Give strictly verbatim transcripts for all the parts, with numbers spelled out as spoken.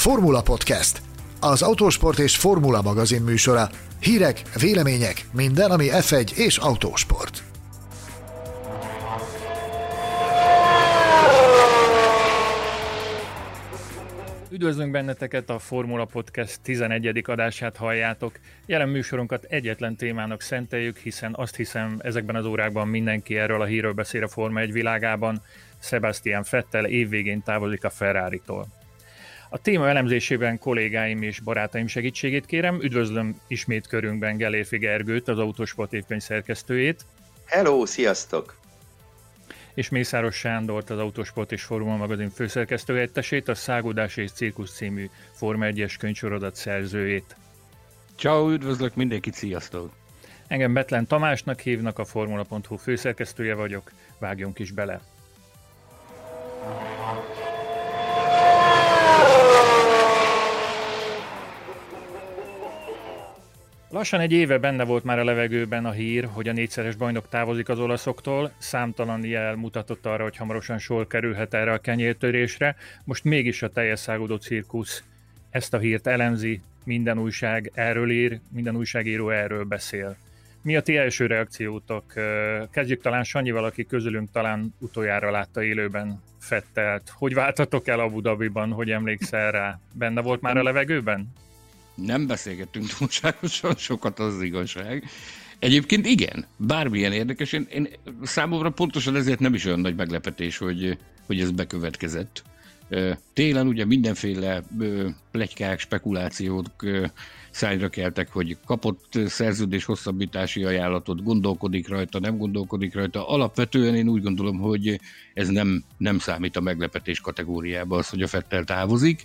Formula Podcast, az autósport és formula magazin műsora. Hírek, vélemények, minden, ami ef egy és autósport. Üdvözlünk benneteket, a Formula Podcast tizenegyedik adását halljátok. Jelen műsorunkat egyetlen témának szenteljük, hiszen azt hiszem, ezekben az órákban mindenki erről a hírről beszél a Forma egy világában. Sebastian Vettel évvégén távozik a Ferraritól. A téma elemzésében kollégáim és barátaim segítségét kérem. Üdvözlöm ismét körünkben Gellérfi Gergőt, az Autósport évkönyv szerkesztőjét. Hello, sziasztok! És Mészáros Sándort, az Autósport és Formula magazin főszerkesztőhelyettesét, a Száguldás és Cirkusz című Forma egyes könyvsorozat szerzőjét. Ciao, üdvözlök mindenkit, sziasztok! Engem Betlen Tamásnak hívnak, a Formula pont hu főszerkesztője vagyok, vágjunk is bele. Lassan egy éve benne volt már a levegőben a hír, hogy a négyszeres bajnok távozik az olaszoktól, számtalan jel mutatott arra, hogy hamarosan sor kerülhet erre a kenyértörésre, most mégis a teljes száguldó cirkusz ezt a hírt elemzi, minden újság erről ír, minden újságíró erről beszél. Mi a ti első reakciótok? Kezdjük talán Sanyival, aki közülünk talán utoljára látta élőben Vettelt. Hogy váltatok el Abu Dhabiban, hogy emlékszel rá? Benne volt már a levegőben? Nem beszélgettünk túlságosan sokat, az igazság. Egyébként igen, bármilyen érdekes. Én, én, számomra pontosan ezért nem is olyan nagy meglepetés, hogy, hogy ez bekövetkezett. Télen ugye mindenféle pletykák, spekulációk szájra keltek, hogy kapott szerződés hosszabbítási ajánlatot, gondolkodik rajta, nem gondolkodik rajta. Alapvetően én úgy gondolom, hogy ez nem, nem számít a meglepetés kategóriába az, hogy a Vettel távozik.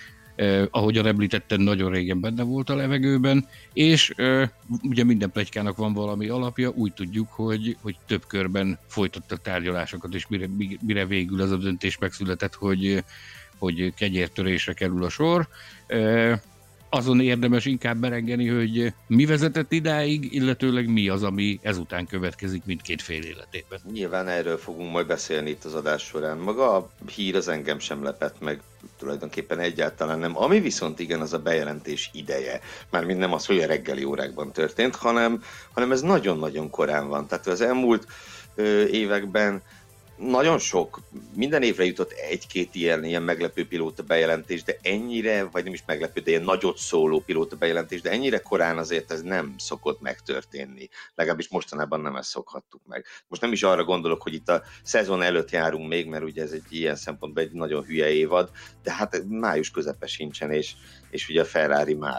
Eh, ahogyan említettem, nagyon régen benne volt a levegőben, és eh, ugye minden pletykának van valami alapja, úgy tudjuk, hogy, hogy több körben folytattak tárgyalásokat, és mire, mire végül az a döntés megszületett, hogy, hogy kenyértörésre kerül a sor. Eh, azon érdemes inkább merengeni, hogy mi vezetett idáig, illetőleg mi az, ami ezután következik mindkét fél életében. Nyilván erről fogunk majd beszélni itt az adás során. Maga a hír az engem sem lepett meg, tulajdonképpen egyáltalán nem. Ami viszont igen, az a bejelentés ideje. Mármint nem az, hogy a reggeli órákban történt, hanem, hanem ez nagyon-nagyon korán van. Tehát az elmúlt ö, években nagyon sok, minden évre jutott egy-két ilyen, ilyen meglepő pilóta bejelentés, de ennyire, vagy nem is meglepő, de ilyen nagyot szóló pilóta bejelentés, de ennyire korán azért ez nem szokott megtörténni. Legalábbis mostanában nem ezt szokhattuk meg. Most nem is arra gondolok, hogy itt a szezon előtt járunk még, mert ugye ez egy ilyen szempontból egy nagyon hülye évad, de hát május közepe sincsen, és, és ugye a Ferrari már,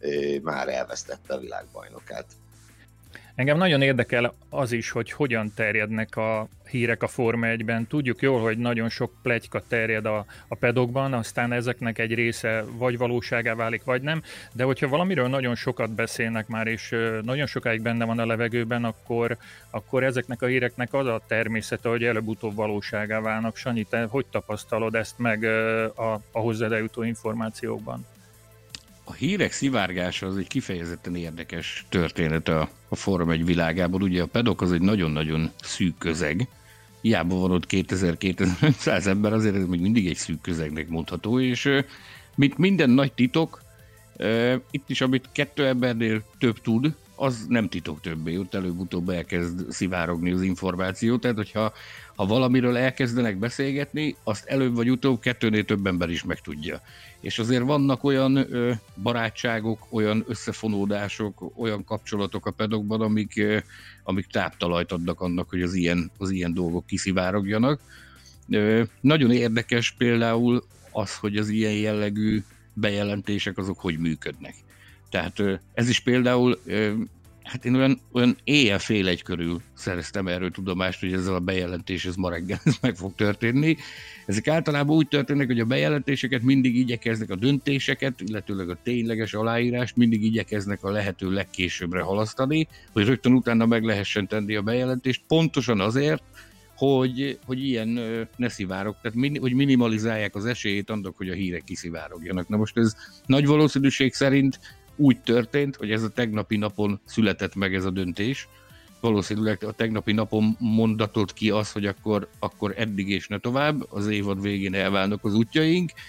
már elvesztette a világbajnokát. Engem nagyon érdekel az is, hogy hogyan terjednek a hírek a Forma egyben. Tudjuk jól, hogy nagyon sok pletyka terjed a, a pedokban, aztán ezeknek egy része vagy valóságá válik, vagy nem, de hogyha valamiről nagyon sokat beszélnek már, és nagyon sokáig benne van a levegőben, akkor, akkor ezeknek a híreknek az a természete, hogy előbb-utóbb valóságá válnak. Sanyi, te hogy tapasztalod ezt meg a, a hozzád eljutó információkban? A hírek szivárgása az egy kifejezetten érdekes történet a, a Forma egy világában. Ugye a pedok az egy nagyon-nagyon szűk közeg. Hiába van ott kétezer-kétezer-ötszáz ember, azért ez még mindig egy szűk közegnek mondható, és mint minden nagy titok, itt is, amit kettő embernél több tud, az nem titok többé, ott előbb-utóbb elkezd szivárogni az információ, tehát hogyha ha valamiről elkezdenek beszélgetni, azt előbb vagy utóbb kettőnél több ember is megtudja. És azért vannak olyan ö, barátságok, olyan összefonódások, olyan kapcsolatok a pedokban, amik, ö, amik táptalajt adnak annak, hogy az ilyen, az ilyen dolgok kiszivárogjanak. Ö, nagyon érdekes például az, hogy az ilyen jellegű bejelentések azok hogy működnek. Tehát ez is például, hát én olyan, olyan éjjel fél egy körül szereztem erről tudomást, hogy ezzel a bejelentés ez ma reggel ez meg fog történni. Ezek általában úgy történnek, hogy a bejelentéseket mindig igyekeznek, a döntéseket, illetőleg a tényleges aláírást mindig igyekeznek a lehető legkésőbbre halasztani, hogy rögtön utána meg lehessen tenni a bejelentést, pontosan azért, hogy, hogy ilyen ne szivárog, tehát min, hogy minimalizálják az esélyét annak, hogy a hírek kiszivárogjanak. Na most ez nagy valószínűség szerint úgy történt, hogy ez a tegnapi napon született meg ez a döntés. Valószínűleg a tegnapi napon mondatott ki az, hogy akkor, akkor eddig és ne tovább, az évad végén elválnak az útjaink.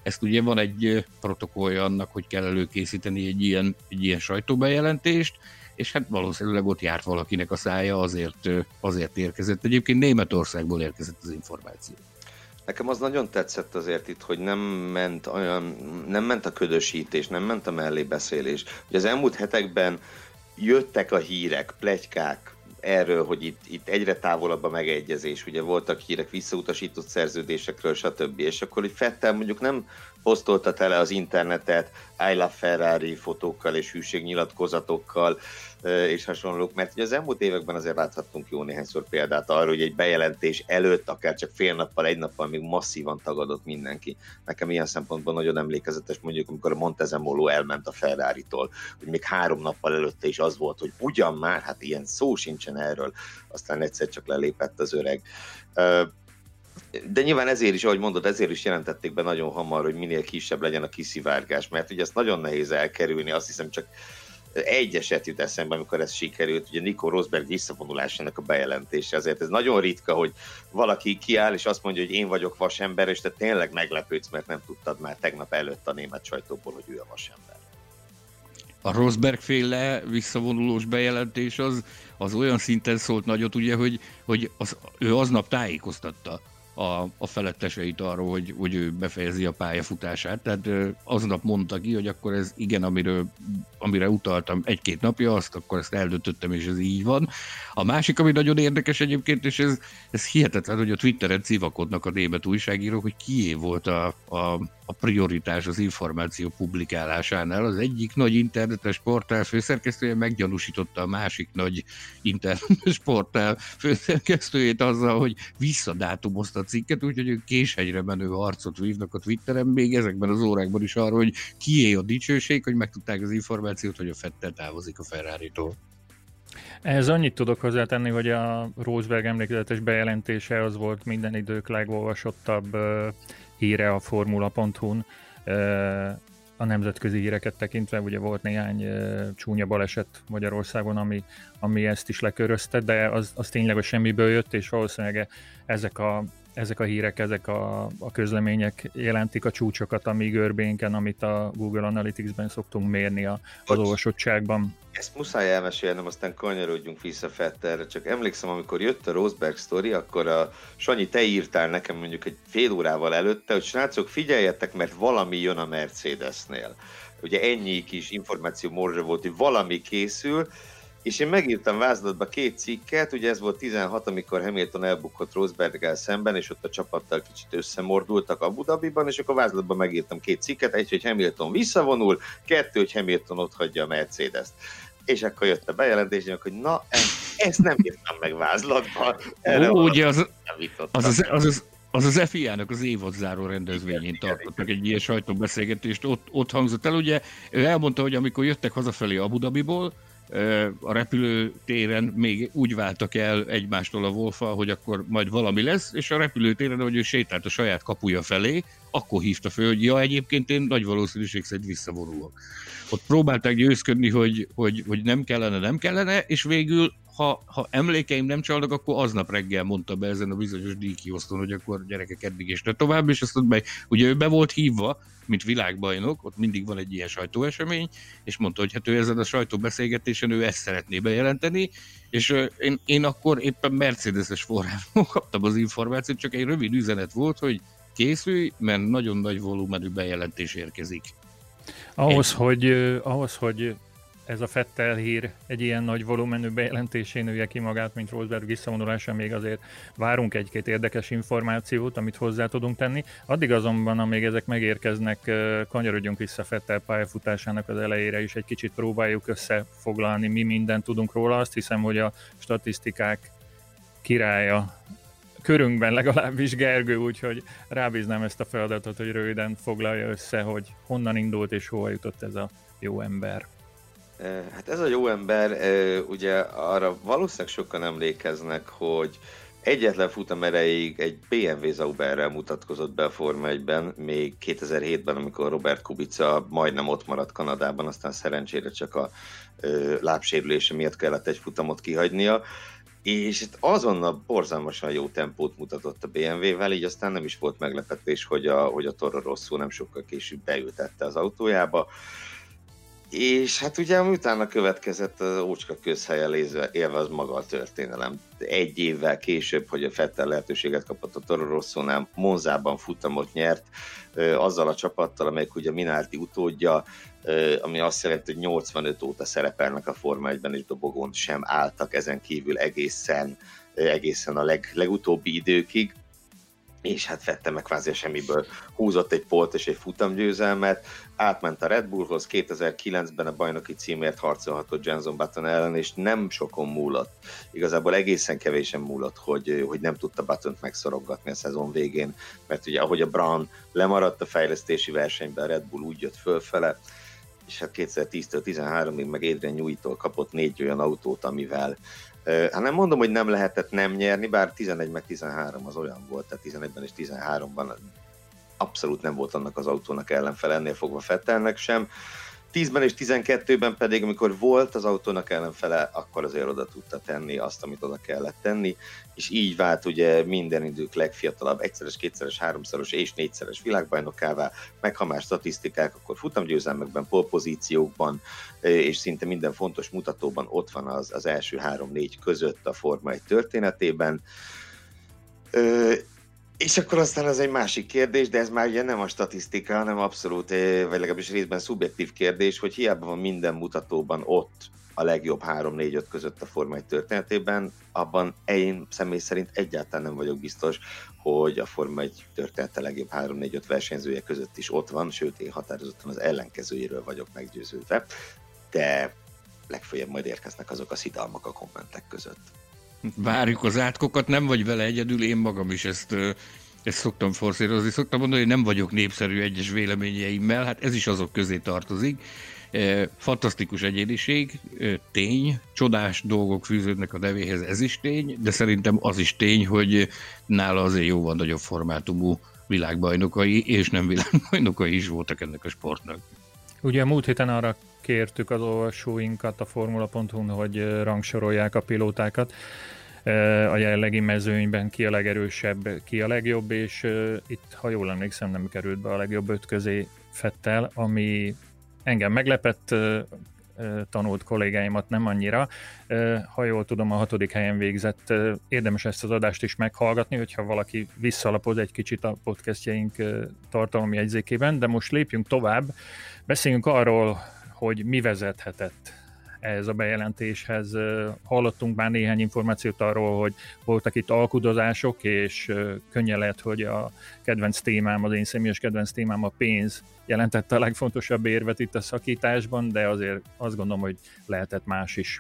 Ezt ugye van egy protokollja annak, hogy kell előkészíteni egy ilyen, egy ilyen sajtóbejelentést, és hát valószínűleg ott járt valakinek a szája, azért, azért érkezett. Egyébként Németországból érkezett az információ. Nekem az nagyon tetszett azért itt, hogy nem ment olyan, nem ment a ködösítés, nem ment a mellébeszélés. Ugye az elmúlt hetekben jöttek a hírek, pletykák erről, hogy itt, itt egyre távolabb a megegyezés, ugye voltak hírek visszautasított szerződésekről, stb. És akkor, hogy Vettel mondjuk nem posztolta tele az internetet I love Ferrari fotókkal és hűségnyilatkozatokkal és hasonlók, mert ugye az elmúlt években azért láthattunk jó néhányszor példát arra, hogy egy bejelentés előtt, akár csak fél nappal, egy nappal még masszívan tagadott mindenki. Nekem ilyen szempontból nagyon emlékezetes, mondjuk amikor a Montezemolo elment a Ferraritól, hogy még három nappal előtte is az volt, hogy ugyan már, hát ilyen szó sincsen erről, aztán egyszer csak lelépett az öreg. De nyilván ezért is, ahogy mondod, ezért is jelentették be nagyon hamar, hogy minél kisebb legyen a kiszivárgás, mert ugye ezt nagyon nehéz elkerülni, azt hiszem csak egy eset jut eszembe, amikor ez sikerült, ugye Nico Rosberg visszavonulásának a bejelentése, azért ez nagyon ritka, hogy valaki kiáll és azt mondja, hogy én vagyok vasember, és te tényleg meglepődsz, mert nem tudtad már tegnap előtt a német sajtóból, hogy ő a vasember. A Rosberg-féle visszavonulós bejelentés az, az olyan szinten szólt nagyot, ugye, hogy, hogy az, ő aznap tájékoztatta a, a feletteseit arról, hogy, hogy ő befejezi a pályafutását. Tehát aznap mondta ki, hogy akkor ez igen, amiről, amire utaltam egy-két napja, azt akkor ezt eldöntöttem, és ez így van. A másik, ami nagyon érdekes egyébként, és ez, ez hihetetlen, hogy a Twitteren civakodnak a német újságírók, hogy kié volt a, a, a prioritás az információ publikálásánál. Az egyik nagy internetes portál főszerkesztője meggyanúsította a másik nagy internetes portál főszerkesztőjét azzal, hogy visszadátumozta a cikket, úgyhogy ők késhegyre menő harcot vívnak a Twitteren, még ezekben az órákban is arról, hogy kié a dicsőség, hogy megtudták az információt, hogy a Vettel távozik a Ferraritól. Ehhez annyit tudok hozzátenni, hogy a Rosberg emlékezetes bejelentése az volt minden idők legolvasottabb uh, híre a formula pont hu-n. Uh, a nemzetközi híreket tekintve, ugye volt néhány uh, csúnya baleset Magyarországon, ami, ami ezt is lekörözte, de az, az tényleg a semmiből jött, és valószínűleg ezek a Ezek a hírek, ezek a, a közlemények jelentik a csúcsokat a mi görbénken, amit a Google Analytics-ben szoktunk mérni a, az olvasottságban. Ezt muszáj elmesélnem, aztán kanyarodjunk vissza Vettelre. Csak emlékszem, amikor jött a Rosberg sztori, akkor a Sanyi, te írtál nekem mondjuk egy fél órával előtte, hogy srácok, figyeljetek, mert valami jön a Mercedesnél. Ugye ennyi kis információ morzsa volt, hogy valami készül, és én megírtam vázlatba két cikket, ugye ez volt tizenhat, amikor Hamilton elbukott Rosberggel szemben, és ott a csapattal kicsit összemordultak Abu Dhabiban, és akkor vázlatban megírtam két cikket, egy, hogy Hamilton visszavonul, kettő, hogy Hamilton otthagyja a Mercedes-t. És akkor jött a bejelentés, hogy na, ezt nem írtam meg vázlatban. Erre Ó, ugye az az, az, az, az, az az ef i á-nak az évadzáró rendezvényén tartottak egy ilyen sajtóbeszélgetést, ott, ott hangzott el, ugye ő elmondta, hogy amikor jöttek hazafelé Abu Dhabiból, a repülőtéren még úgy váltak el egymástól a Wolffal, hogy akkor majd valami lesz, és a repülőtéren, ahogy ő sétált a saját kapuja felé, akkor hívta föl, hogy ja, egyébként én nagy valószínűség szerint visszavonulok. Ott próbálták győzködni, hogy, hogy, hogy nem kellene, nem kellene, és végül, ha, ha emlékeim nem csalnak, akkor aznap reggel mondta be ezen a bizonyos díjkiosztón, hogy akkor gyerekek eddig és ne tovább, és azt mondta, ugye ő be volt hívva, mint világbajnok, ott mindig van egy ilyen sajtóesemény, és mondta, hogy hát ő ezen a sajtóbeszélgetésen ő ezt szeretné bejelenteni, és uh, én, én akkor éppen Mercedes-es forrásból kaptam az információt, csak egy rövid üzenet volt, hogy készülj, mert nagyon nagy volumenű bejelentés érkezik. Ahhoz, egy... hogy, uh, ahhoz, hogy ez a Vettel hír egy ilyen nagy volumenű bejelentésén nője ki magát, mint Rosberg visszavonulása, még azért várunk egy-két érdekes információt, amit hozzá tudunk tenni. Addig azonban, amíg ezek megérkeznek, kanyarodjunk vissza Vettel pályafutásának az elejére is, egy kicsit próbáljuk összefoglalni, mi mindent tudunk róla. Azt hiszem, hogy a statisztikák királya körünkben legalábbis Gergő, úgyhogy rábíznám ezt a feladatot, hogy röviden foglalja össze, hogy honnan indult és hova jutott ez a jó ember. Hát ez a jó ember, ugye arra valószínűleg sokan emlékeznek, hogy egyetlen futam erejéig egy bé em vé Sauberrel mutatkozott be a Forma egyben, még kétezer-hétben, amikor Robert Kubica majdnem ott maradt Kanadában, aztán szerencsére csak a lábsérülése miatt kellett egy futamot kihagynia. és itt azonnal borzalmasan jó tempót mutatott a bé em vé-vel, így aztán nem is volt meglepetés, hogy a, hogy a Toro Rosso nem sokkal később beültette az autójába. És hát ugye utána következett az ócska közhelyen élve az maga a történelem. Egy évvel később, hogy a Vettel lehetőséget kapott a Toro Rossónál, Monzában futamot nyert, azzal a csapattal, amelyik ugye Minardi utódja, ami azt jelenti, hogy nyolcvanöt óta szerepelnek a Forma egyben, és dobogón sem álltak ezen kívül egészen, egészen a leg, legutóbbi időkig. És hát Vettel meg kvázi semmiből húzott egy polt és egy futamgyőzelmet, átment a Red Bullhoz, kétezer-kilencben a bajnoki címért harcolhatott Jenson Button ellen, és nem sokon múlott. Igazából egészen kevésen múlott, hogy, hogy nem tudta Buttont megszorogatni a szezon végén, mert ugye ahogy a Brown lemaradt a fejlesztési versenyben, a Red Bull úgy jött fölfele, és hát kétezer-tíztől tizenháromig meg Adrian Newey-tól kapott négy olyan autót, amivel hát nem mondom, hogy nem lehetett nem nyerni, bár tizenegy meg tizenhárom az olyan volt, tehát tizenegyben és tizenháromban abszolút nem volt annak az autónak ellenfele, ennél fogva Vettelnek sem. tízben és tizenkettőben pedig, amikor volt az autónak ellenfele, akkor azért oda tudta tenni azt, amit oda kellett tenni, és így vált ugye minden idők legfiatalabb egyszeres, kétszeres, háromszoros és négyszeres világbajnokává, meg ha más statisztikák, akkor futamgyőzelmekben, polpozíciókban, és szinte minden fontos mutatóban ott van az, az első három-négy között a Forma egy történetében. És akkor aztán ez egy másik kérdés, de ez már ugye nem a statisztika, hanem abszolút, vagy legalábbis részben szubjektív kérdés, hogy hiába van minden mutatóban ott a legjobb három-négy-öt között a Forma egy történetében, abban én személy szerint egyáltalán nem vagyok biztos, hogy a Forma egy története legjobb három-négy-öt versenyzője között is ott van, sőt én határozottan az ellenkezőjéről vagyok meggyőződve, de legfeljebb majd érkeznek azok a szidalmak a kommentek között. Várjuk az átkokat, nem vagy vele egyedül, én magam is ezt, ezt szoktam forszírozni. Szoktam mondani, hogy nem vagyok népszerű egyes véleményeimmel, hát ez is azok közé tartozik. Fantasztikus egyéniség, tény, csodás dolgok fűződnek a nevéhez, ez is tény, de szerintem az is tény, hogy nála azért jóval nagyobb formátumú világbajnokai és nem világbajnokai is voltak ennek a sportnak. Ugye a múlt héten arra kértük az olvasóinkat a formula pont hu-n, hogy rangsorolják a pilótákat. A jelenlegi mezőnyben ki a legerősebb, ki a legjobb, és itt, ha jól emlékszem, nem került be a legjobb öt közé Vettel, ami engem meglepett, tanult kollégáimat nem annyira. Ha jól tudom, a hatodik helyen végzett. Érdemes ezt az adást is meghallgatni, hogyha valaki visszalapoz egy kicsit a podcastjaink tartalmi jegyzékében, de most lépjünk tovább. Beszéljünk arról, hogy mi vezethetett ehhez a bejelentéshez. Hallottunk már néhány információt arról, hogy voltak itt alkudozások, és könnyen lehet, hogy a kedvenc témám, az én személyes kedvenc témám a pénz jelentette a legfontosabb érvet itt a szakításban, de azért azt gondolom, hogy lehetett más is.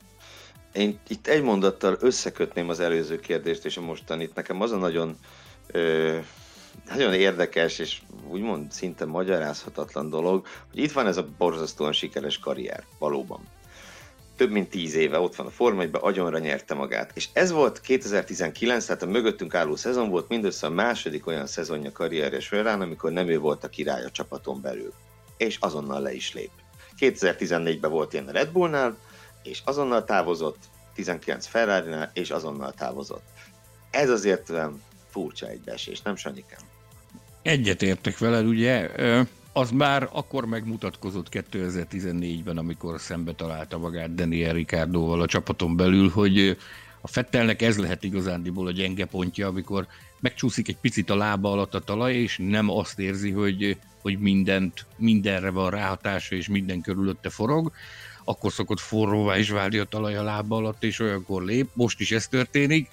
Én itt egy mondattal összekötném az előző kérdést és a mostanit. Nekem az a nagyon, ö, nagyon érdekes és úgymond szinte magyarázhatatlan dolog, hogy itt van ez a borzasztóan sikeres karrier, valóban. Több mint tíz éve ott van a Forma egyben, agyonra nyerte magát. És ez volt kétezer-tizenkilenc, tehát a mögöttünk álló szezon volt mindössze a második olyan szezonja karrierje során, amikor nem ő volt a király a csapaton belül. És azonnal le is lép. kétezer-tizennégyben volt ilyen a Red Bullnál, és azonnal távozott, tizenkilenc Ferrarinál, és azonnal távozott. Ez azért olyan furcsa egybeesés, nem Sanyikám? Egyet értek veled, ugye? Az már akkor megmutatkozott kétezer-tizennégyben, amikor szembe találta magát Daniel Ricciardóval a csapaton belül, hogy a Vettelnek ez lehet igazándiból a gyenge pontja, amikor megcsúszik egy picit a lába alatt a talaj, és nem azt érzi, hogy, hogy mindent, mindenre van ráhatása, és minden körülötte forog, akkor szokott forróvá is válni a talaj a lába alatt, és olyankor lép. Most is ez történik.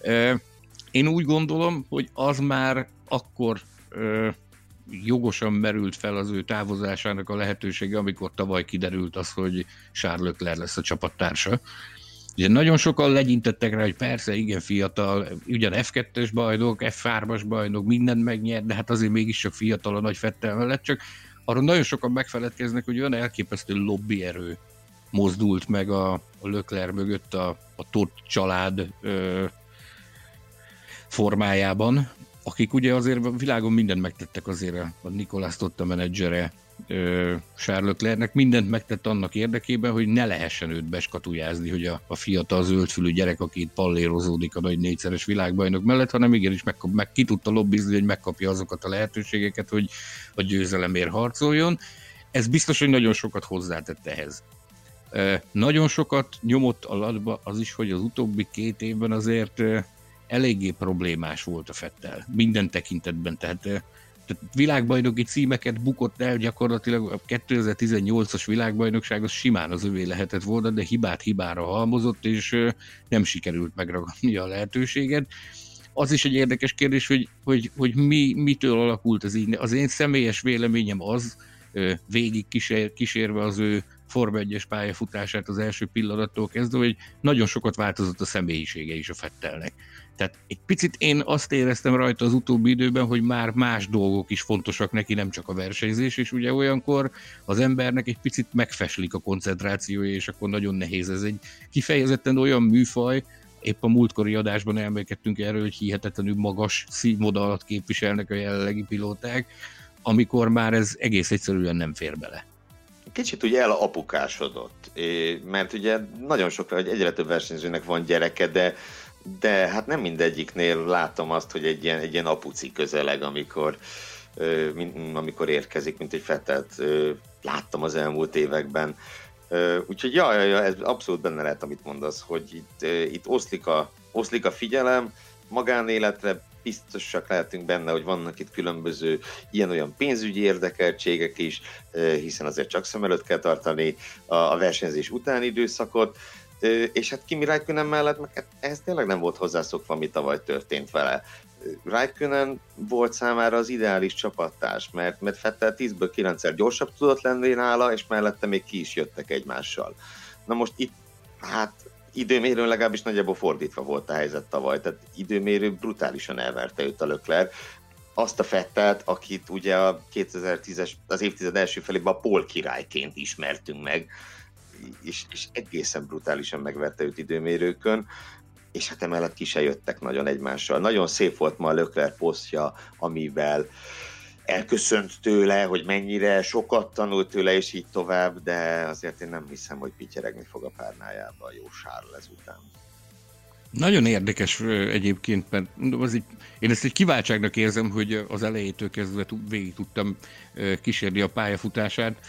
Én úgy gondolom, hogy az már akkor jogosan merült fel az ő távozásának a lehetősége, amikor tavaly kiderült az, hogy Charles Leclerc lesz a csapattársa. Ugye nagyon sokan legyintettek rá, hogy persze, igen, fiatal, ugyan ef kettes bajnok, ef hármas bajnok, mindent megnyert, de hát azért mégiscsak fiatal a nagy Vettel mellett, csak arra nagyon sokan megfeledkeznek, hogy olyan elképesztő lobbyerő mozdult meg a, a Leclerc mögött a, a Todt család ö, formájában, akik ugye azért a világon mindent megtettek azért, a, a Nicolas Todt a menedzsere Charles Leclercnek, mindent megtett annak érdekében, hogy ne lehessen őt beskatujázni, hogy a, a fiatal zöldfülű gyerek, aki itt pallérozódik a nagy négyszeres világbajnok mellett, hanem igenis meg, meg ki tudta lobbizni, hogy megkapja azokat a lehetőségeket, hogy a győzelemért harcoljon. Ez biztos, hogy nagyon sokat hozzátett ehhez. Nagyon sokat nyomott alatba az is, hogy az utóbbi két évben azért eléggé problémás volt a Vettel. Minden tekintetben, tehát, tehát világbajnoki címeket bukott el gyakorlatilag a kétezer-tizennyolcas világbajnokság az simán az övé lehetett volna, de hibát hibára halmozott, és nem sikerült megragadni a lehetőséget. Az is egy érdekes kérdés, hogy, hogy, hogy mi, mitől alakult ez így. Az én személyes véleményem az, végig kísér, kísérve az ő Forma egyes pályafutását az első pillanattól kezdve, hogy nagyon sokat változott a személyisége is a Vettelnek. Tehát egy picit én azt éreztem rajta az utóbbi időben, hogy már más dolgok is fontosak neki, nem csak a versenyzés, és ugye olyankor az embernek egy picit megfeslik a koncentrációja, és akkor nagyon nehéz. Ez egy kifejezetten olyan műfaj, épp a múltkori adásban elmélkedtünk erről, hogy hihetetlenül magas színvonalat képviselnek a jelenlegi pilóták, amikor már ez egész egyszerűen nem fér bele. Kicsit ugye elapukásodott, mert ugye nagyon sok, hogy egyre több versenyzőnek van gyereke, de, de hát nem mindegyiknél látom azt, hogy egy ilyen, egy ilyen apuci közeleg, amikor, amikor érkezik, mint egy Vettelt láttam az elmúlt években. Úgyhogy ja, ja, ja, ez abszolút benne lehet, amit mondasz, hogy itt, itt oszlik, a, oszlik a figyelem, magánéletre biztosak lehetünk benne, hogy vannak itt különböző ilyen-olyan pénzügyi érdekeltségek is, hiszen azért csak szem előtt kell tartani a versenyzés utáni időszakot, és hát Kimi Räikkönen mellett meg ehhez tényleg nem volt hozzászokva, mi tavaly történt vele. Räikkönen volt számára az ideális csapattárs, mert, mert Vettel tízből kilencszer gyorsabb tudott lenni nála, és mellette még ki is jöttek egymással. Na most itt, hát időmérőn legalábbis nagyjából fordítva volt a helyzet tavaly, tehát időmérő brutálisan elverte őt a Leclerc. Azt a Vettelt, akit ugye a kétezer-tízes, az évtized első felében a Pole királyként ismertünk meg, és, és egészen brutálisan megverte őt időmérőkön, és hát emellett ki se jöttek nagyon egymással. Nagyon szép volt ma a Leclerc posztja, amivel elköszönt tőle, hogy mennyire sokat tanult tőle, és így tovább, de azért én nem hiszem, hogy pityeregni fog a párnájába a jó Charles ezután. Nagyon érdekes egyébként, mert az így, én ezt egy kiváltságnak érzem, hogy az elejétől kezdve végig tudtam kísérni a pályafutását.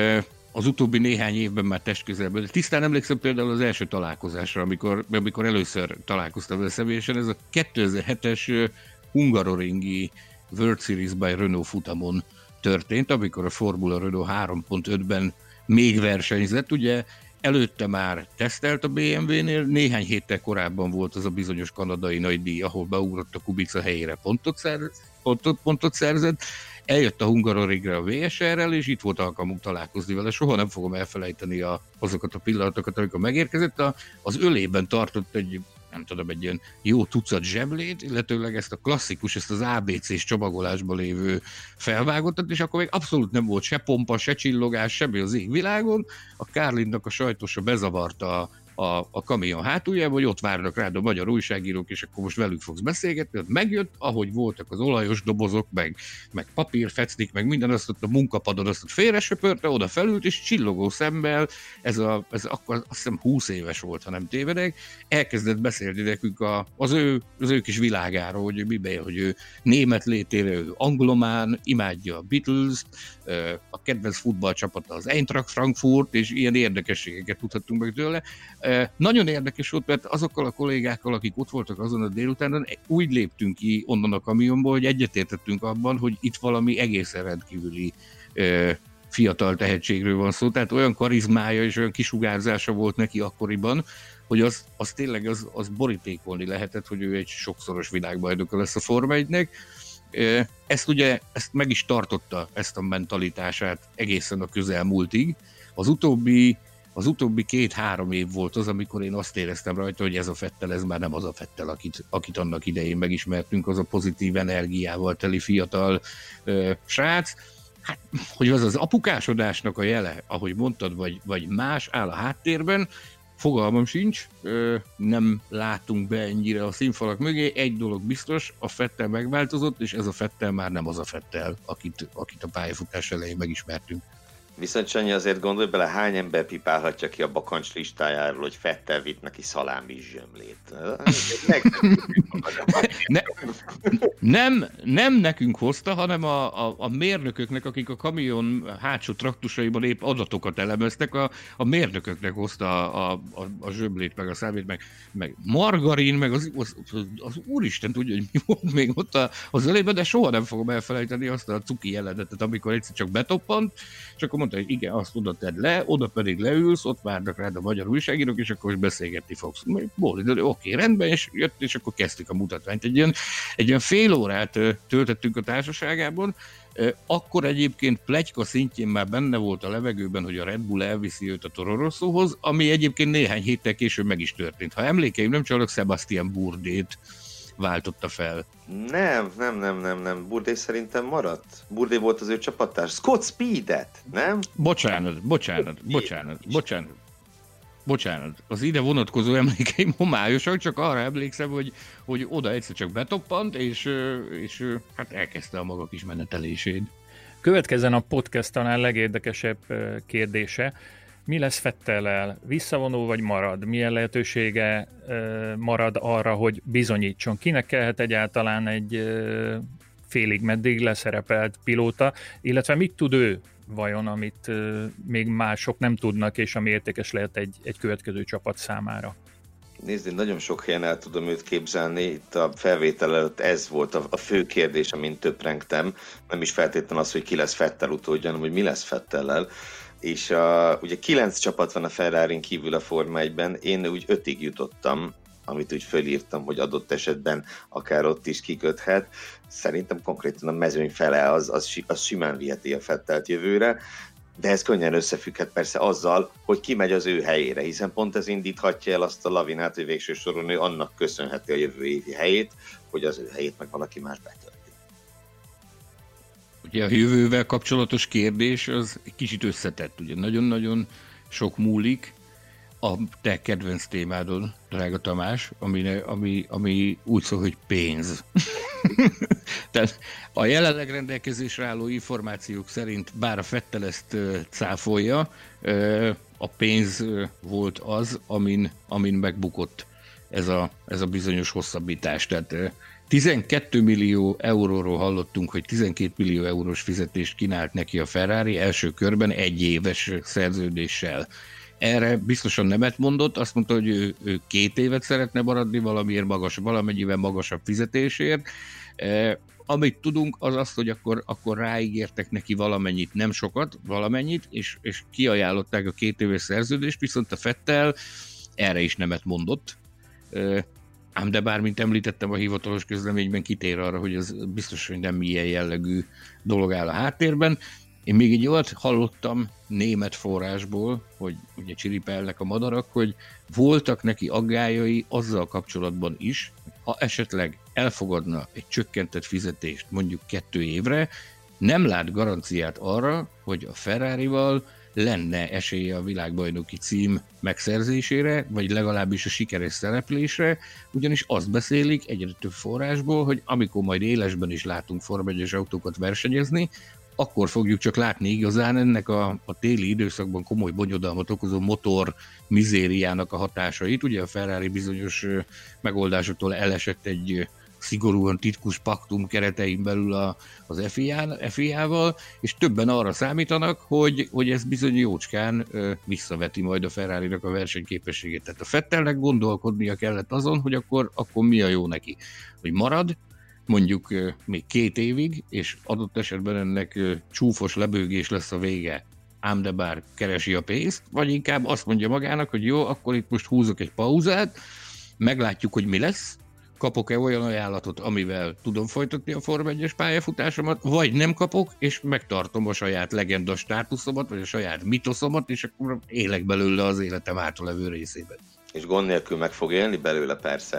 Az utóbbi néhány évben már testközelből. De tisztán emlékszem például az első találkozásra, amikor, amikor először találkoztam vele személyesen. Ez a kétezer-hetes hungaroringi World Series by Renault futamon történt, amikor a Formula Renault három pont ötben még versenyzett. Ugye előtte már tesztelt a bé em vé-nél, néhány héttel korábban volt az a bizonyos kanadai nagydíj, ahol beugrott a Kubica helyére, pontot, szerz, pontot, pontot szerzett. Eljött a Hungaroringre a vé es er-rel, és itt volt alkalmunk találkozni vele. Soha nem fogom elfelejteni a, azokat a pillanatokat, amikor megérkezett. A, az ölében tartott egy, nem tudom, egy ilyen jó tucat zseblét, illetőleg ezt a klasszikus, ezt az á bé cés csomagolásban lévő felvágottat, és akkor még abszolút nem volt se pompa, se csillogás, semmi az égvilágon. A Carlinnak a sajtosa bezavarta a A, a kamion hátuljába, hogy ott várnak rád a magyar újságírók, és akkor most velük fogsz beszélgetni. Megjött, ahogy voltak az olajos dobozok, meg, meg papírfecnik, meg minden, azt ott a munkapadon azt ott félresöpörte, oda felült, és csillogó szemmel, ez, a, ez akkor azt hiszem húsz éves volt, ha nem tévedek, elkezdett beszélni nekünk a, az, ő, az ő kis világáról, hogy miben, hogy ő német létére, ő anglomán, imádja a Beatles-t, a kedvenc futballcsapata az Eintracht Frankfurt, és ilyen érdekességeket tudhattunk meg tőle. Nagyon érdekes volt, mert azokkal a kollégákkal, akik ott voltak azon a délutánon, úgy léptünk ki onnan a kamionból, hogy egyetértettünk abban, hogy itt valami egészen rendkívüli fiatal tehetségről van szó, tehát olyan karizmája és olyan kisugárzása volt neki akkoriban, hogy az, az tényleg az, az borítékolni lehetett, hogy ő egy sokszoros világbajnoka lesz a Forma egynek. Ezt ugye, ezt meg is tartotta, ezt a mentalitását egészen a közelmúltig. Az utóbbi Az utóbbi két-három év volt az, amikor én azt éreztem rajta, hogy ez a Vettel, ez már nem az a Vettel, akit, akit annak idején megismertünk, az a pozitív energiával teli fiatal ö, srác. Hát, hogy az az apukásodásnak a jele, ahogy mondtad, vagy, vagy más áll a háttérben, Fogalmam sincs, nem látunk be ennyire a színfalak mögé. Egy dolog biztos, a Vettel megváltozott, és ez a Vettel már nem az a Vettel, akit, akit a pályafutás elején megismertünk. Viszont Sanyi, azért gondolj bele, hány ember pipálhatja ki a bakancs listájáról, hogy Vettel vitt neki szalámi zsömlét. ne, nem, nem nekünk hozta, hanem a, a, a mérnököknek, akik a kamion hátsó traktusaiban épp adatokat elemeztek, a, a mérnököknek hozta a, a, a, a zsömlét, meg a számít, meg, meg margarin, meg az, az, az, az úristen tudja, hogy mi volt még ott az elében, de soha nem fogom elfelejteni azt a cuki jelenetet, amikor egyszer csak betoppant, és akkor mondta, hogy igen, azt oda tedd le, oda pedig leülsz, ott várnak rád a magyar újságírók, és akkor beszélgetni fogsz. Oké, okay, rendben, és jött, és akkor kezdtük a mutatványt. Egy ilyen, egy ilyen fél órát töltöttünk a társaságában, akkor egyébként pletyka szintjén már benne volt a levegőben, hogy a Red Bull elviszi őt a Toro Rossóhoz, ami egyébként néhány héttel később meg is történt. Ha emlékeim nem csalok, Sebastian Bourdait váltotta fel. Nem, nem, nem, nem, nem. Bourdais szerintem maradt. Bourdais volt az ő csapattárs. Scott Speedet, nem? Bocsánat, bocsánat, bocsánat, bocsánat. Bocsánat, az ide vonatkozó emlékeim homályosak, csak arra emlékszem, hogy, hogy oda egyszer csak betoppant, és, és hát elkezdte a maga kis menetelését. Következzen a podcast talán legérdekesebb kérdése. Mi lesz Vettellel? Visszavonul vagy marad? Milyen lehetősége marad arra, hogy bizonyítson? Kinek kellhet egyáltalán egy félig meddig leszerepelt pilóta, illetve mit tud ő vajon, amit még mások nem tudnak, és ami értékes lehet egy, egy következő csapat számára? Nézd, én nagyon sok helyen el tudom őt képzelni, itt a felvétel előtt ez volt a, a fő kérdés, amin töprengtem, nem is feltétlenül az, hogy ki lesz Vettel utódja, hanem hogy mi lesz Vettellel. És a, ugye kilenc csapat van a Ferrarin kívül a Forma egyben, én úgy ötig jutottam, amit úgy fölírtam, hogy adott esetben akár ott is kiköthet. Szerintem konkrétan a mezőny fele az, az, az simán viheti a Vettelt jövőre, de ez könnyen összefügghet persze azzal, hogy ki megy az ő helyére, hiszen pont ez indíthatja el azt a lavinát, hogy végső soron ő annak köszönheti a jövő évi helyét, hogy az ő helyét meg valaki más betölti. Ugye a jövővel kapcsolatos kérdés az egy kicsit összetett, ugye nagyon-nagyon sok múlik a te kedvenc témádon, drága Tamás, ami, ami, ami úgy szól, hogy pénz. Tehát a jelenleg rendelkezésre álló információk szerint, bár a Vettel ezt cáfolja, a pénz volt az, amin, amin megbukott ez a, ez a bizonyos hosszabbítás. Tehát tizenkét millió euróról hallottunk, hogy tizenkét millió eurós fizetést kínált neki a Ferrari első körben egy éves szerződéssel. Erre biztosan nemet mondott, azt mondta, hogy ő, ő két évet szeretne maradni valamiért magas, valamennyivel magasabb fizetésért. E, amit tudunk, az az, hogy akkor, akkor ráígértek neki valamennyit, nem sokat, valamennyit, és, és kiajánlották a két éves szerződést, viszont a Vettel erre is nemet mondott. E, ám de bár, mint említettem, a hivatalos közleményben kitér arra, hogy ez biztos, hogy nem ilyen jellegű dolog áll a háttérben. Én még egy olyat hallottam német forrásból, hogy ugye csiripelnek a madarak, hogy voltak neki aggályai azzal kapcsolatban is, ha esetleg elfogadna egy csökkentett fizetést mondjuk kettő évre, nem lát garanciát arra, hogy a Ferrarival lenne esélye a világbajnoki cím megszerzésére, vagy legalábbis a sikeres szereplésre, ugyanis azt beszélik egyre több forrásból, hogy amikor majd élesben is látunk Forma egyes autókat versenyezni, akkor fogjuk csak látni igazán ennek a, a téli időszakban komoly bonyodalmat okozó motor mizériának a hatásait. Ugye a Ferrari bizonyos megoldásoktól elesett egy szigorúan titkos paktum keretein belül a, az ef i á-val, és többen arra számítanak, hogy, hogy ez bizony jócskán ö, visszaveti majd a Ferrarinak a versenyképességét. Tehát a Vettelnek gondolkodnia kellett azon, hogy akkor, akkor mi a jó neki. Hogy marad, mondjuk ö, még két évig, és adott esetben ennek ö, csúfos lebőgés lesz a vége, ám de bár keresi a pénzt, vagy inkább azt mondja magának, hogy jó, akkor itt most húzok egy pauzát, meglátjuk, hogy mi lesz, kapok-e olyan ajánlatot, amivel tudom folytatni a Forma egyes pályafutásomat, vagy nem kapok, és megtartom a saját legenda státuszomat, vagy a saját mitoszomat, és akkor élek belőle az életem általevő részében. És gond nélkül meg fog élni belőle, persze.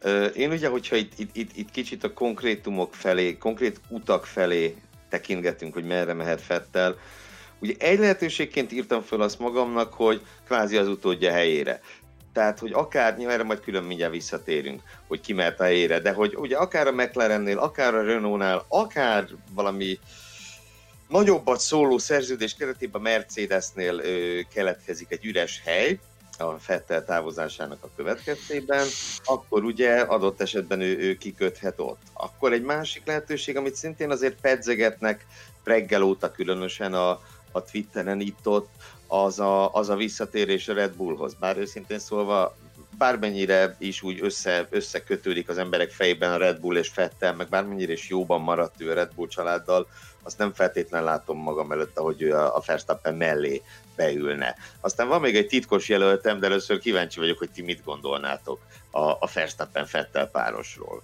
Én ugye, hogyha itt, itt, itt, itt kicsit a konkrétumok felé, konkrét utak felé tekintgetünk, hogy merre mehet Vettel, Ugye egy lehetőségként írtam föl azt magamnak, hogy kvázi az utódja helyére. Tehát, hogy akár, erre majd külön mindjárt visszatérünk, hogy ki mehet a helyére, de hogy ugye akár a McLarennél, akár a Renaultnál, akár valami nagyobbat szóló szerződés keretében a Mercedesnél ö, keletkezik egy üres hely a Vettel távozásának a következtében, akkor ugye adott esetben ő, ő kiköthet ott. Akkor egy másik lehetőség, amit szintén azért pedzegetnek reggel óta különösen a, a Twitteren itt-ott, az a, az a visszatérés a Red Bullhoz. Bár őszintén szólva, bármennyire is úgy össze, összekötődik az emberek fejében a Red Bull és Vettel, meg bármennyire is jóban maradt ő a Red Bull családdal, azt nem feltétlenül látom magam előtt, ahogy ő a Verstappen mellé beülne. Aztán van még egy titkos jelöltem, de először kíváncsi vagyok, hogy ti mit gondolnátok a, a Verstappen-Vettel párosról.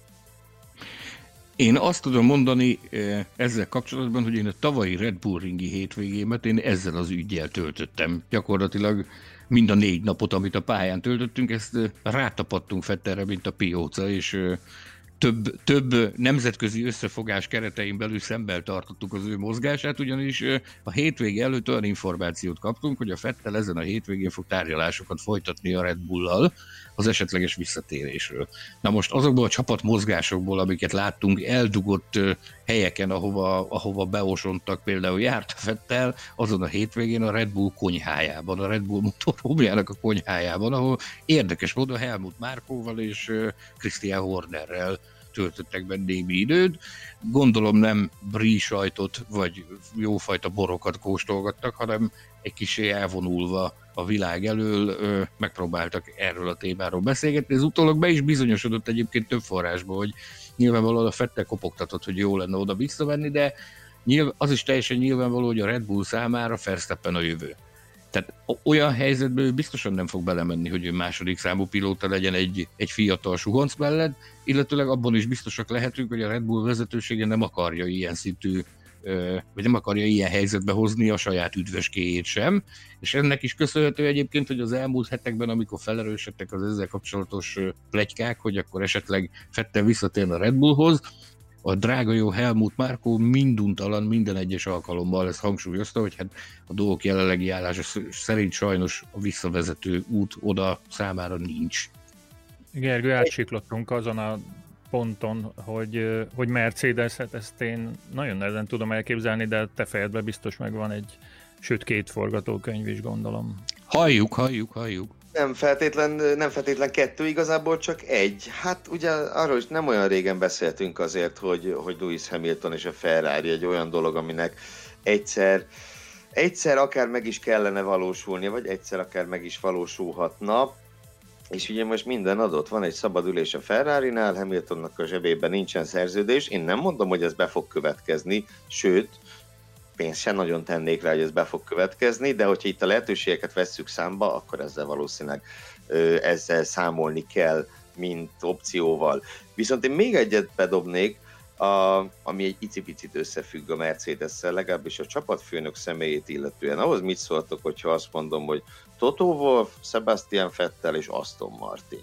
Én azt tudom mondani ezzel kapcsolatban, hogy én a tavalyi Red Bull ringi hétvégémet én ezzel az üggyel töltöttem. Gyakorlatilag mind a négy napot, amit a pályán töltöttünk, ezt rátapadtunk Vettelre, mint a pióca, és több, több nemzetközi összefogás keretein belül szemben tartottuk az ő mozgását, ugyanis a hétvége előtt olyan információt kaptunk, hogy a Vettel ezen a hétvégén fog tárgyalásokat folytatni a Red Bull-lal az esetleges visszatérésről. Na most azokból a csapatmozgásokból, amiket láttunk, eldugott helyeken, ahova, ahova beosontak, például járt a Vettel, azon a hétvégén a Red Bull konyhájában, a Red Bull motorhómjának a konyhájában, ahol érdekes módon Helmut Márkóval és Christian Hornerrel töltöttek benne némi időt. Gondolom nem brie sajtot vagy jófajta borokat kóstolgattak, hanem egy kicsi elvonulva a világ elől ö, megpróbáltak erről a témáról beszélgetni. Ez utólag be is bizonyosodott egyébként több forrásból, hogy nyilvánvalóan a Vettel kopogtatott, hogy jó lenne oda visszavenni, de nyilván, az is teljesen nyilvánvaló, hogy a Red Bull számára Verstappen a jövő. Tehát olyan helyzetben ő biztosan nem fog belemenni, hogy ő második számú pilóta legyen egy, egy fiatal suhonc mellett, illetőleg abban is biztosak lehetünk, hogy a Red Bull vezetősége nem akarja ilyen szintű, vagy nem akarja ilyen helyzetbe hozni a saját üdvöskéjét sem, és ennek is köszönhető egyébként, hogy az elmúlt hetekben, amikor felerősödtek az ezzel kapcsolatos pletykák, hogy akkor esetleg Vettel visszatérne a Red Bullhoz, a drága jó Helmut Márkó minduntalan minden egyes alkalommal ezt hangsúlyozta, hogy hát a dolgok jelenlegi állása szerint sajnos a visszavezető út oda számára nincs. Gergő, átsiklottunk azon a ponton, hogy, hogy Mercedes, hát ezt én nagyon nehezen tudom elképzelni, de te fejedben biztos megvan egy, sőt két forgatókönyv is, gondolom. Halljuk, halljuk, halljuk. Nem feltétlen, nem feltétlen kettő, igazából csak egy. Hát ugye arról is nem olyan régen beszéltünk azért, hogy, hogy Lewis Hamilton és a Ferrari egy olyan dolog, aminek egyszer, egyszer akár meg is kellene valósulnia, vagy egyszer akár meg is valósulhatna. És ugye most minden adott, van egy szabad ülés a Ferrarinál, Hamiltonnak a zsebében nincsen szerződés, én nem mondom, hogy ez be fog következni, sőt, pénzt sem nagyon tennék rá, hogy ez be fog következni, de hogyha itt a lehetőségeket vesszük számba, akkor ezzel valószínűleg ö, ezzel számolni kell, mint opcióval. Viszont én még egyet bedobnék, a, ami egy icipicit összefügg a Mercedes-szel, legalábbis a csapatfőnök személyét illetően. Ahhoz mit szóltok, hogyha azt mondom, hogy Toto Wolff, Sebastian Vettel és Aston Martin.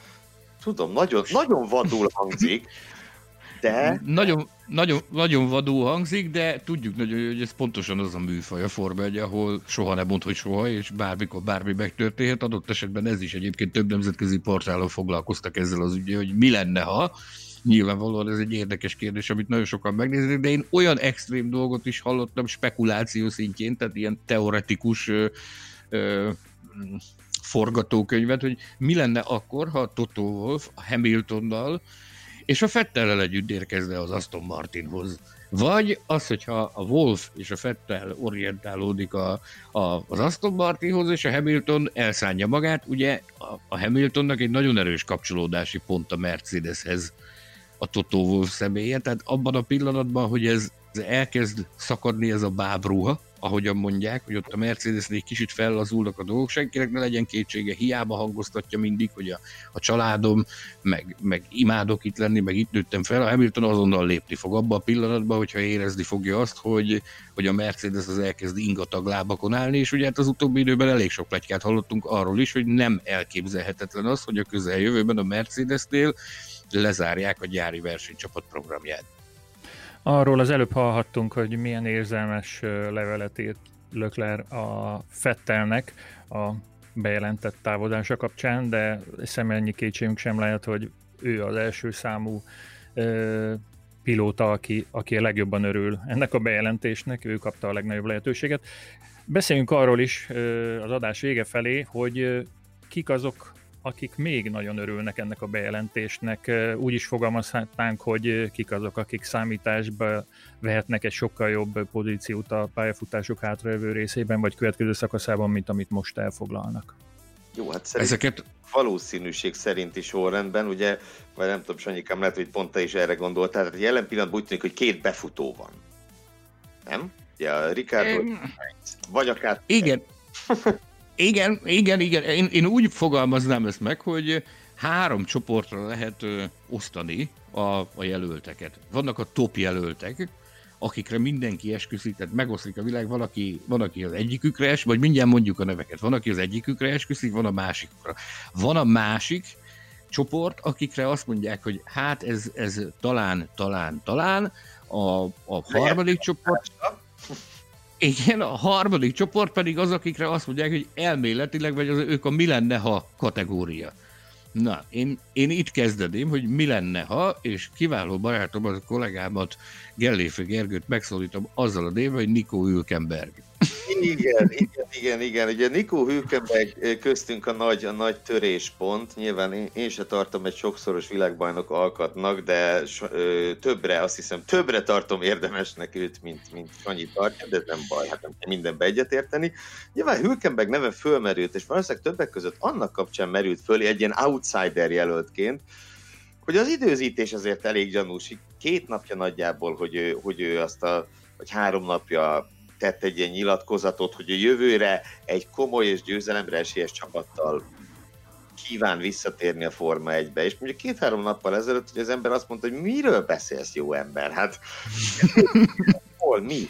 Tudom, nagyon, nagyon vadul hangzik, de... Nagyon, nagyon, nagyon vadul hangzik, de tudjuk nagyon, hogy ez pontosan az a műfaj a Forma egy, ahol soha nem mond, hogy soha, és bármikor bármi megtörténhet. Adott esetben ez is egyébként több nemzetközi portálon foglalkoztak ezzel az ügyel, hogy mi lenne, ha. Nyilvánvalóan ez egy érdekes kérdés, amit nagyon sokan megnéznek, de én olyan extrém dolgot is hallottam spekuláció szintjén, tehát ilyen teoretikus ö, ö, forgatókönyvet, hogy mi lenne akkor, ha a Toto Wolff a Hamiltonnal és a Vettellel együtt érkezne az Aston Martinhoz. Vagy az, hogyha a Wolff és a Vettel orientálódik a, a, az Aston Martinhoz, és a Hamilton elszánja magát, ugye a, a Hamiltonnak egy nagyon erős kapcsolódási pont a Mercedeshez a Toto Wolff személye, tehát abban a pillanatban, hogy ez, ez elkezd szakadni ez a bábruha, ahogyan mondják, hogy ott a Mercedesnél egy kicsit fellazulnak a dolgok, senkinek ne legyen kétsége, hiába hangoztatja mindig, hogy a, a családom, meg, meg imádok itt lenni, meg itt nőttem fel, a Hamilton azonnal lépni fog abban a pillanatban, hogyha érezni fogja azt, hogy, hogy a Mercedes az elkezd ingatag lábakon állni, és ugye hát az utóbbi időben elég sok pletykát hallottunk arról is, hogy nem elképzelhetetlen az, hogy a közeljövőben a Mercedesnél lezárják a gyári versenycsapat programját. Arról az előbb hallhattunk, hogy milyen érzelmes levelet írt Leclerc a Vettelnek a bejelentett távozása kapcsán, de személyi kétségünk sem lehet, hogy ő az első számú ö, pilóta, aki, aki a legjobban örül ennek a bejelentésnek, ő kapta a legnagyobb lehetőséget. Beszéljünk arról is ö, az adás vége felé, hogy ö, kik azok, akik még nagyon örülnek ennek a bejelentésnek. Úgy is fogalmazhatnánk, hogy kik azok, akik számításba vehetnek egy sokkal jobb pozíciót a pályafutások hátralévő részében, vagy következő szakaszában, mint amit most elfoglalnak. Jó, hát szerintem Ezeket... valószínűség szerinti sorrendben, ugye, vagy nem tudom, Sanyikám, lehet, hogy pont te is erre gondoltál, tehát jelen pillanatban úgy tűnik, hogy két befutó van. Nem? Ja, Ricardo, um... vagy akár... Igen. Igen, igen, igen. Én, én úgy fogalmaznám ezt meg, hogy három csoportra lehet ö, osztani a, a jelölteket. Vannak a top jelöltek, akikre mindenki esküszik, tehát megoszlik a világ, valaki, van, aki az egyikükre es, vagy mindjárt mondjuk a neveket, van, aki az egyikükre esküszik, van a másikukra. Van a másik csoport, akikre azt mondják, hogy hát ez, ez talán, talán, talán, a, a harmadik csoport... Igen, a harmadik csoport pedig az, akikre azt mondják, hogy elméletileg, vagy az, ők a mi lenne, ha kategória. Na, én, én itt kezdeném, hogy mi lenne, ha, és kiváló barátom, az a kollégámat, Gelléfe Gergőt megszólítom azzal a névvel, hogy Nico Hülkenberg. Igen, igen, igen, igen. Ugye Nico Hülkenberg köztünk a nagy, a nagy töréspont. Nyilván én, én se tartom egy sokszoros világbajnok alkatnak, de ö, többre, azt hiszem, többre tartom érdemesnek őt, mint, mint Sanyi tartja, de ez nem baj, hát nem kell mindenbe egyetérteni. Nyilván Hülkenberg neve fölmerült, és valószínűleg többek között annak kapcsán merült föl egy ilyen outsider jelöltként, hogy az időzítés azért elég gyanús. Két napja nagyjából, hogy ő, hogy ő azt a, vagy három napja tett egy ilyen nyilatkozatot, hogy a jövőre egy komoly és győzelemre esélyes csapattal kíván visszatérni a Forma egybe. És mondjuk két-három nappal ezelőtt, hogy az ember azt mondta, hogy miről beszélsz, jó ember? Hát hol, mi?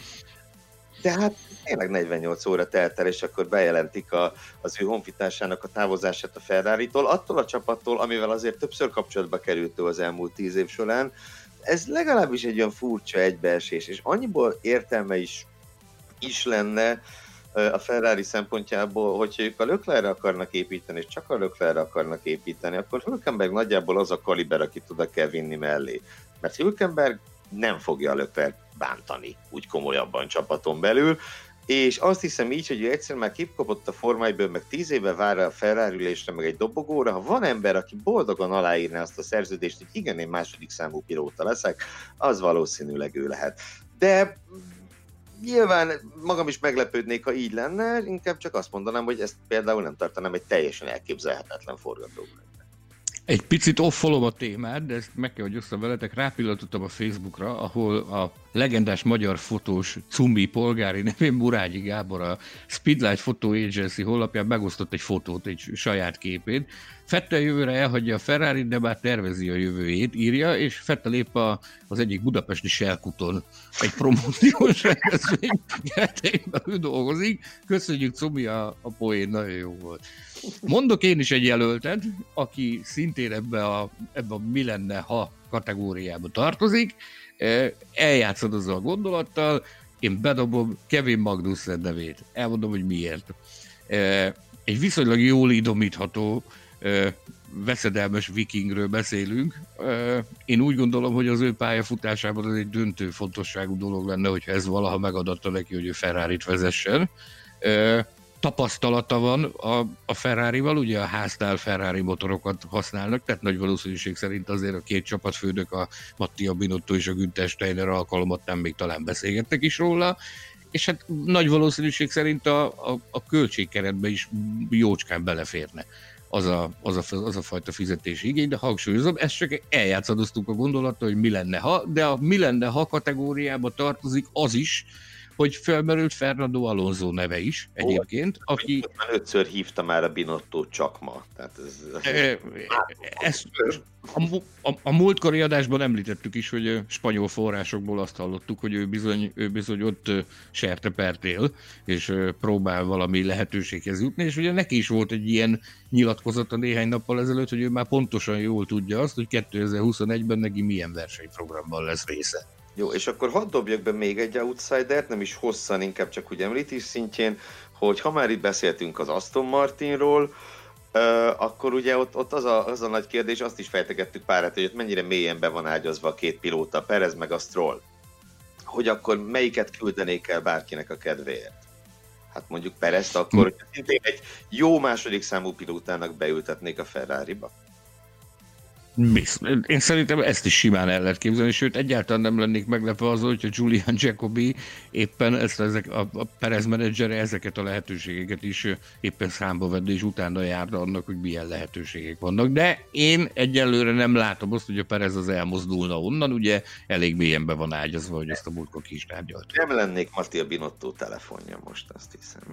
De hát tényleg negyvennyolc óra telt el, és akkor bejelentik a, az ő honfitársának a távozását a Ferraritól, attól a csapattól, amivel azért többször kapcsolatba került az elmúlt tíz év során. Ez legalábbis egy olyan furcsa egybeesés, és annyiból értelme is is lenne a Ferrari szempontjából, hogyha ők a Leclercre akarnak építeni, és csak a Leclercre akarnak építeni, akkor Hülkenberg nagyjából az a kaliber, akit oda kell vinni mellé. Mert Hülkenberg nem fogja a Leclerc bántani úgy komolyabban csapaton belül, és azt hiszem így, hogy ő egyszer már kipkapott a Forma egyből, meg tíz éve vár a Ferrari ülésre, meg egy dobogóra. Ha van ember, aki boldogan aláírná azt a szerződést, hogy igen, én második számú pilóta leszek, az valószínűleg ő lehet. De nyilván magam is meglepődnék, ha így lenne, inkább csak azt mondanám, hogy ezt például nem tartanám egy teljesen elképzelhetetlen forgatókönyvnek. Egy picit offolom a témát, de ezt meg kell, hogy osszam veletek. Rápillantottam a Facebookra, ahol a legendás magyar fotós Cumbi polgári nevén Murágyi Gábor a Speedlight Photo Agency honlapján megosztott egy fotót, egy saját képét. Vettel jövőre elhagyja a Ferrari, de már tervezi a jövőjét, írja, és Vettel épp a, az egyik budapesti Shell-kuton egy promóciós rendezvény keretében ő dolgozik. Köszönjük, Cumi, a, a poén, nagyon jó volt. Mondok én is egy jelöltet, aki szintén ebbe a, ebbe a mi lenne, ha kategóriába tartozik. Eljátszod azzal a gondolattal, én bedobom Kevin Magnussen nevét. Elmondom, hogy miért. Egy viszonylag jól idomítható, veszedelmes vikingről beszélünk. Én úgy gondolom, hogy az ő pályafutásában ez egy döntő fontosságú dolog lenne, hogyha ez valaha megadatta neki, hogy ő Ferrarit vezessen. Tapasztalata van a, a Ferrarival, ugye a háznál Ferrari motorokat használnak, tehát nagy valószínűség szerint azért a két csapatfőnök, a Mattia Binotto és a Günther Steiner alkalmattán még talán beszélgettek is róla, és hát nagy valószínűség szerint a, a, a költségkeretbe is jócskán beleférne az a, az, a, az a fajta fizetési igény, de hangsúlyozom, ezt csak eljátszadoztuk a gondolattal, hogy mi lenne ha, de a mi lenne ha kategóriába tartozik az is, hogy felmerült Fernando Alonso neve is egyébként, Ó, aki... Ötször hívta már a Binotto csak ma. Tehát ez, e, ezt a, a, a múltkori adásban említettük is, hogy spanyol forrásokból azt hallottuk, hogy ő bizony, ő bizony ott sertepert él, és próbál valami lehetőséghez jutni, és ugye neki is volt egy ilyen nyilatkozata néhány nappal ezelőtt, hogy ő már pontosan jól tudja azt, hogy kétezer-huszonegyben neki milyen versenyprogramban lesz része. Jó, és akkor hadd dobjak be még egy outsidert, nem is hosszan, inkább csak úgy említés szintjén, hogy ha már itt beszéltünk az Aston Martinról, Uh, akkor ugye ott, ott az, a, az a nagy kérdés, azt is fejtegettük párat, hogy ott mennyire mélyen be van ágyazva a két pilóta, Perez meg a Stroll. Hogy akkor melyiket küldenék el bárkinek a kedvéért? Hát mondjuk Perezt akkor, hogy szintén egy jó második számú pilótának beültetnék a Ferrariba. Én szerintem ezt is simán el lehet képzelni, sőt egyáltalán nem lennék meglepve azon, hogyha Julian Jacobi éppen ezt, ezek, a, a Perez menedzsere ezeket a lehetőségeket is éppen számba venni, és utána járna annak, hogy milyen lehetőségek vannak. De én egyelőre nem látom azt, hogy a Perez az elmozdulna onnan, ugye elég mélyen be van ágyazva, hogy ezt a múltkor ki is tárgyalt. Nem lennék Mattia Binotto telefonja most, azt hiszem.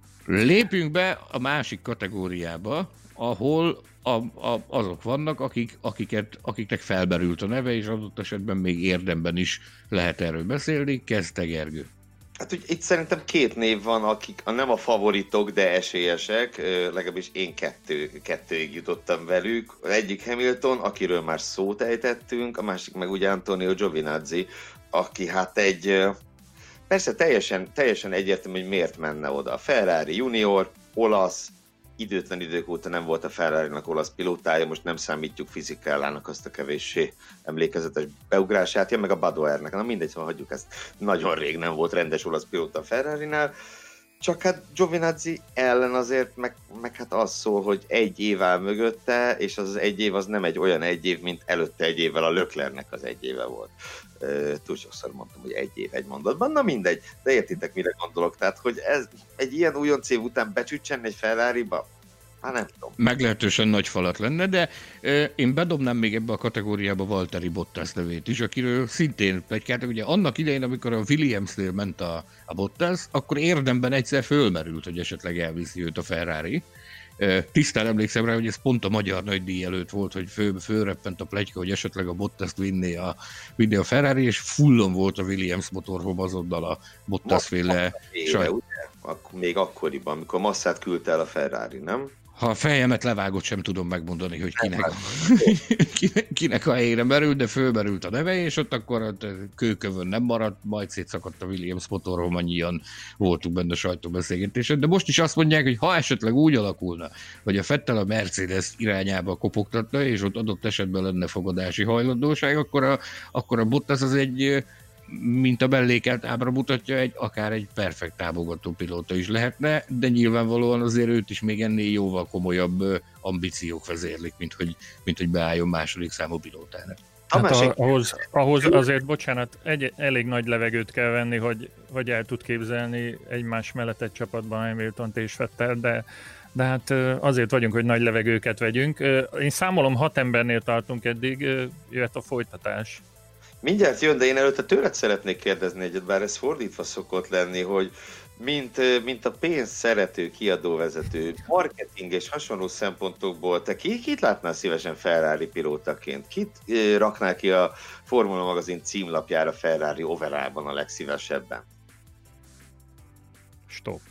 Lépjünk be a másik kategóriába, ahol a, a, azok vannak, akik, akiket, akiknek felberült a neve, és adott esetben még érdemben is lehet erről beszélni. Kezdte Gergő. Hát úgy, itt szerintem két név van, akik a nem a favoritok, de esélyesek, legalábbis én kettő, kettőig jutottam velük. Az egyik Hamilton, akiről már szót ejtettünk, a másik meg ugye Antonio Giovinazzi, aki hát egy... Persze teljesen, teljesen egyértelmű, hogy miért menne oda. Ferrari junior, olasz, időtlen idők óta nem volt a Ferrari-nak olasz pilótája, most nem számítjuk Fisichella-nak azt a kevéssé emlékezetes beugrását, ja, meg a Badoernek, na mindegy, szóval hagyjuk ezt, nagyon rég nem volt rendes olasz pilóta a Ferrari-nál, csak hát Giovinazzi ellen azért meg, meg hát az szól, hogy egy év áll mögötte, és az, az egy év az nem egy olyan egy év, mint előtte egy évvel a Leclercnek az egy éve volt. Uh, túl sokszor mondtam, hogy egy év egy mondatban, na mindegy, de értitek, mire gondolok, tehát, hogy ez egy ilyen újonc év után becsütsen egy Ferrari-ba, hát nem tudom. Meglehetősen nagy falat lenne, de uh, én bedobnám még ebbe a kategóriába Valtteri Bottas nevét is, akiről szintén pletykáltak, ugye annak idején, amikor a Williamsnél ment a, a Bottas, akkor érdemben egyszer fölmerült, hogy esetleg elviszi őt a Ferrari. Tisztán emlékszem rá, hogy ez pont a magyar nagydíj előtt volt, hogy fő, fölreppent a pletyka, hogy esetleg a Bottast vinné a, vinné a Ferrari, és fullon volt a Williams motorhom azonnal a Bottas-féle sajt. Még akkoriban, amikor Massát küldte el a Ferrari, nem? Ha a fejemet levágott, sem tudom megmondani, hogy kinek a, kinek, kinek a helyére merült, de fölmerült a neve, és ott akkor a kőkövön nem maradt, majd szétszakadt a Williams motorhom, annyian voltunk benne a sajtóbeszélgetésen. De most is azt mondják, hogy ha esetleg úgy alakulna, hogy a Vettel a Mercedes irányába kopogtatna, és ott adott esetben lenne fogadási hajlandóság, akkor a, akkor a Bottas az egy, mint a mellékelt ábra mutatja, egy, akár egy perfekt támogató pilóta is lehetne, de nyilvánvalóan azért őt is még ennél jóval komolyabb ambíciók vezérlik, mint hogy, mint hogy beálljon második számú pilótának. Hát a, ahhoz, ahhoz azért, bocsánat, egy, elég nagy levegőt kell venni, hogy, hogy el tud képzelni egymás mellett egy csapatban Hamiltont és Vettel, de, de hát azért vagyunk, hogy nagy levegőket vegyünk. Én számolom, hat embernél tartunk eddig, jöhet a folytatás. Mindjárt jön, de én előtte tőled szeretnék kérdezni egyet, bár ez fordítva szokott lenni, hogy mint, mint a pénzt szerető kiadóvezető, marketing és hasonló szempontokból te ki, kit látnál szívesen Ferrari pilótaként? Kit raknál ki a Formula magazin címlapjára Ferrari overallban a legszívesebben? Stop.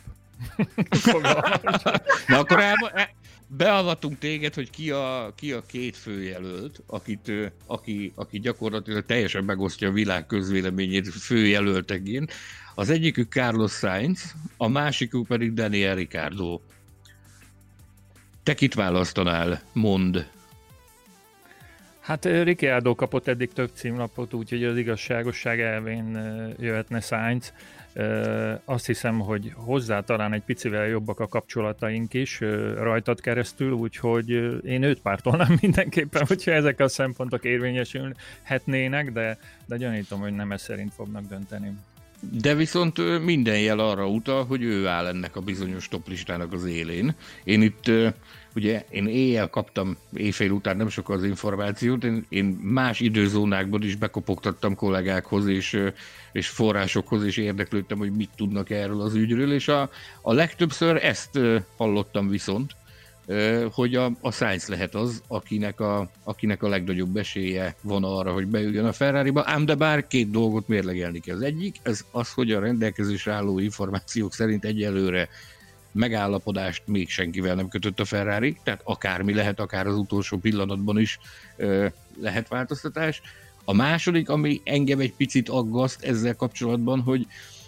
Na akkor elma, beavatunk téged, hogy ki a, ki a két főjelölt, akit, aki, aki gyakorlatilag teljesen megosztja a világ közvéleményét főjelöltekén. Az egyikük Carlos Sainz, a másikuk pedig Daniel Ricciardo. Te kit választanál? Mondd. Hát Ricciardo kapott eddig több címlapot, úgyhogy az igazságosság elvén jöhetne Sainz. Azt hiszem, hogy hozzá talán egy picivel jobbak a kapcsolataink is rajtad keresztül, úgyhogy én őt pártolnám mindenképpen, hogyha ezek a szempontok érvényesülhetnének, de, de gyanítom, hogy nem ez szerint fognak dönteni. De viszont minden jel arra utal, hogy ő áll ennek a bizonyos toplistának az élén. Én itt, ugye én éjjel kaptam, éjfél után nem sokkal az információt, én, én más időzónákban is bekopogtattam kollégákhoz és, és forrásokhoz, és érdeklődtem, hogy mit tudnak erről az ügyről, és a, a legtöbbször ezt hallottam viszont, hogy a, a Sainz lehet az, akinek a, akinek a legnagyobb esélye van arra, hogy beüljön a Ferrariba, ám de bár két dolgot mérlegelni kell. Az egyik, ez az, hogy a rendelkezésre álló információk szerint egyelőre megállapodást még senkivel nem kötött a Ferrari, tehát akármi lehet, akár az utolsó pillanatban is lehet változtatás. A második, ami engem egy picit aggaszt ezzel kapcsolatban, hogy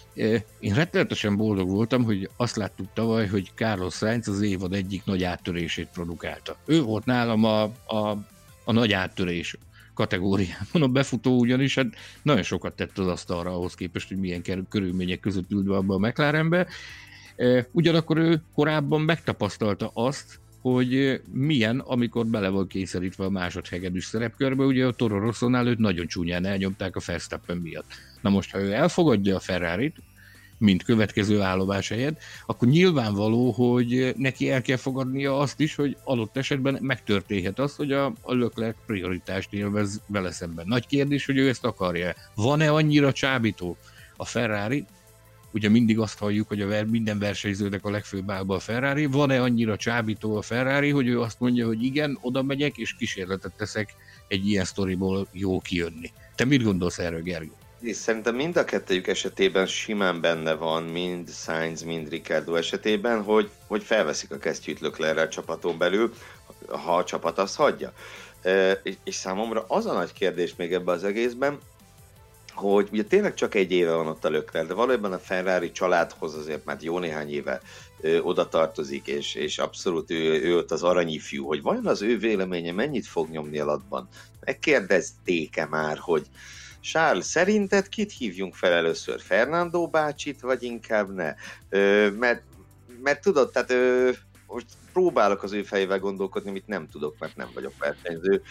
én rettenetesen boldog voltam, hogy azt láttuk tavaly, hogy Carlos Sainz az évad egyik nagy áttörését produkálta. Ő volt nálam a, a, a nagy áttörés kategóriában a befutó, ugyanis hát nagyon sokat tett az asztalra ahhoz képest, hogy milyen körülmények között ült be abba a McLarenbe. Ugyanakkor ő korábban megtapasztalta azt, hogy milyen, amikor bele van kényszerítve a másodhegedűs szerepkörbe, ugye a Toro Rossónál őt nagyon csúnyán elnyomták a Verstappen miatt. Na most, ha ő elfogadja a Ferrarit, mint következő állomás helyett, akkor nyilvánvaló, hogy neki el kell fogadnia azt is, hogy adott esetben megtörténhet az, hogy a, a Leclerc prioritást élvez vele szemben. Nagy kérdés, hogy ő ezt akarja. Van-e annyira csábító a Ferrari? Ugye mindig azt halljuk, hogy a minden versenyzőnek a legfőbb álba a Ferrari. Van-e annyira csábító a Ferrari, hogy ő azt mondja, hogy igen, oda megyek, és kísérletet teszek egy ilyen sztoriból jó kijönni. Te mit gondolsz erről, Gergő? És szerintem mind a kettőjük esetében simán benne van, mind Sainz, mind Ricciardo esetében, hogy, hogy felveszik a kesztyűt Leclerc-rel csapaton belül, ha a csapat azt hagyja. E, és, és számomra az a nagy kérdés még ebben az egészben, hogy ugye tényleg csak egy éve van ott a Leclerc, de valójában a Ferrari családhoz azért már jó néhány éve ö, oda tartozik, és, és abszolút ő, ő ott az aranyifjú, hogy vajon az ő véleménye mennyit fog nyomni alatban. Megkérdezték-e már, hogy Charles, szerinted kit hívjunk fel először? Fernando bácsit, vagy inkább ne? Ö, mert, mert tudod, tehát ö, most próbálok az ő fejével gondolkodni, amit nem tudok, mert nem vagyok versenyző.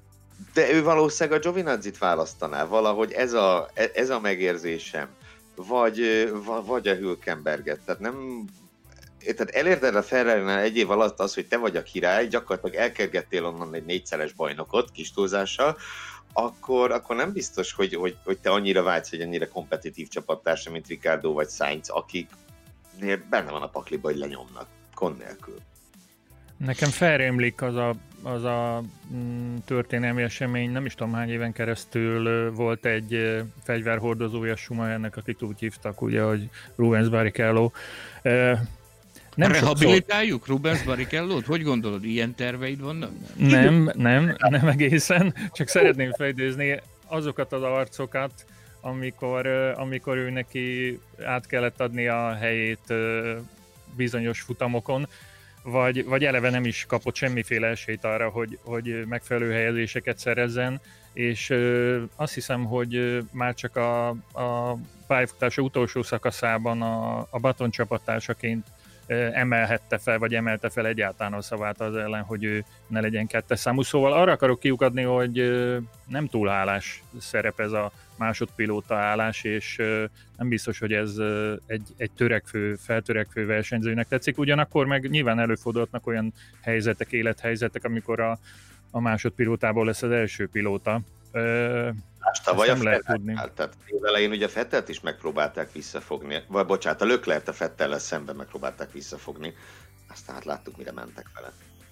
De ő valószínűleg a Giovinazzi-t választaná, valahogy ez a, ez a megérzésem. Vagy, vagy a Hülkenberget. Tehát nem... Tehát elérted a Ferrari-nál egy év alatt az, hogy te vagy a király, gyakorlatilag elkergettél onnan egy négyszeres bajnokot, kis túlzással, akkor, akkor nem biztos, hogy, hogy, hogy te annyira vágysz, hogy annyira kompetitív csapattársa, mint Ricciardo vagy Sainz, akiknél benne van a pakliba, hogy lenyomnak, kon nélkül. Nekem felrémlik az a, az a mm, történelmi esemény, nem is tudom hány éven keresztül volt egy fegyverhordozója Schumachernek, akit úgy hívtak, ugye, hogy Rubens Barrichello. Nem rehabilitáljuk sokszor... Rubens Barrichello-t? Hogy gondolod, ilyen terveid vannak? Nem, nem, nem egészen, csak szeretném felidézni azokat az arcokat, amikor, amikor ő neki át kellett adni a helyét bizonyos futamokon, vagy, vagy eleve nem is kapott semmiféle esélyt arra, hogy, hogy megfelelő helyezéseket szerezzen, és ö, azt hiszem, hogy már csak a, a pályafutása utolsó szakaszában a, a Baton csapattársaként ö, emelhette fel, vagy emelte fel egyáltalán a szavát az ellen, hogy ő ne legyen kettes számú. Szóval arra akarok kiukadni, hogy ö, nem túl hálás szerep ez a másodpilóta állás, és ö, nem biztos, hogy ez ö, egy, egy törekvő, feltörekvő versenyzőnek tetszik. Ugyanakkor meg nyilván előfordulhatnak olyan helyzetek, élethelyzetek, amikor a, a másodpilótából lesz az első pilóta. Ö, Tavaly a Fettelt, tehát évelején ugye a Fettelt is megpróbálták visszafogni, vagy bocsánat, a Leclerc a Fettellel szemben megpróbálták visszafogni, aztán hát láttuk, mire mentek vele.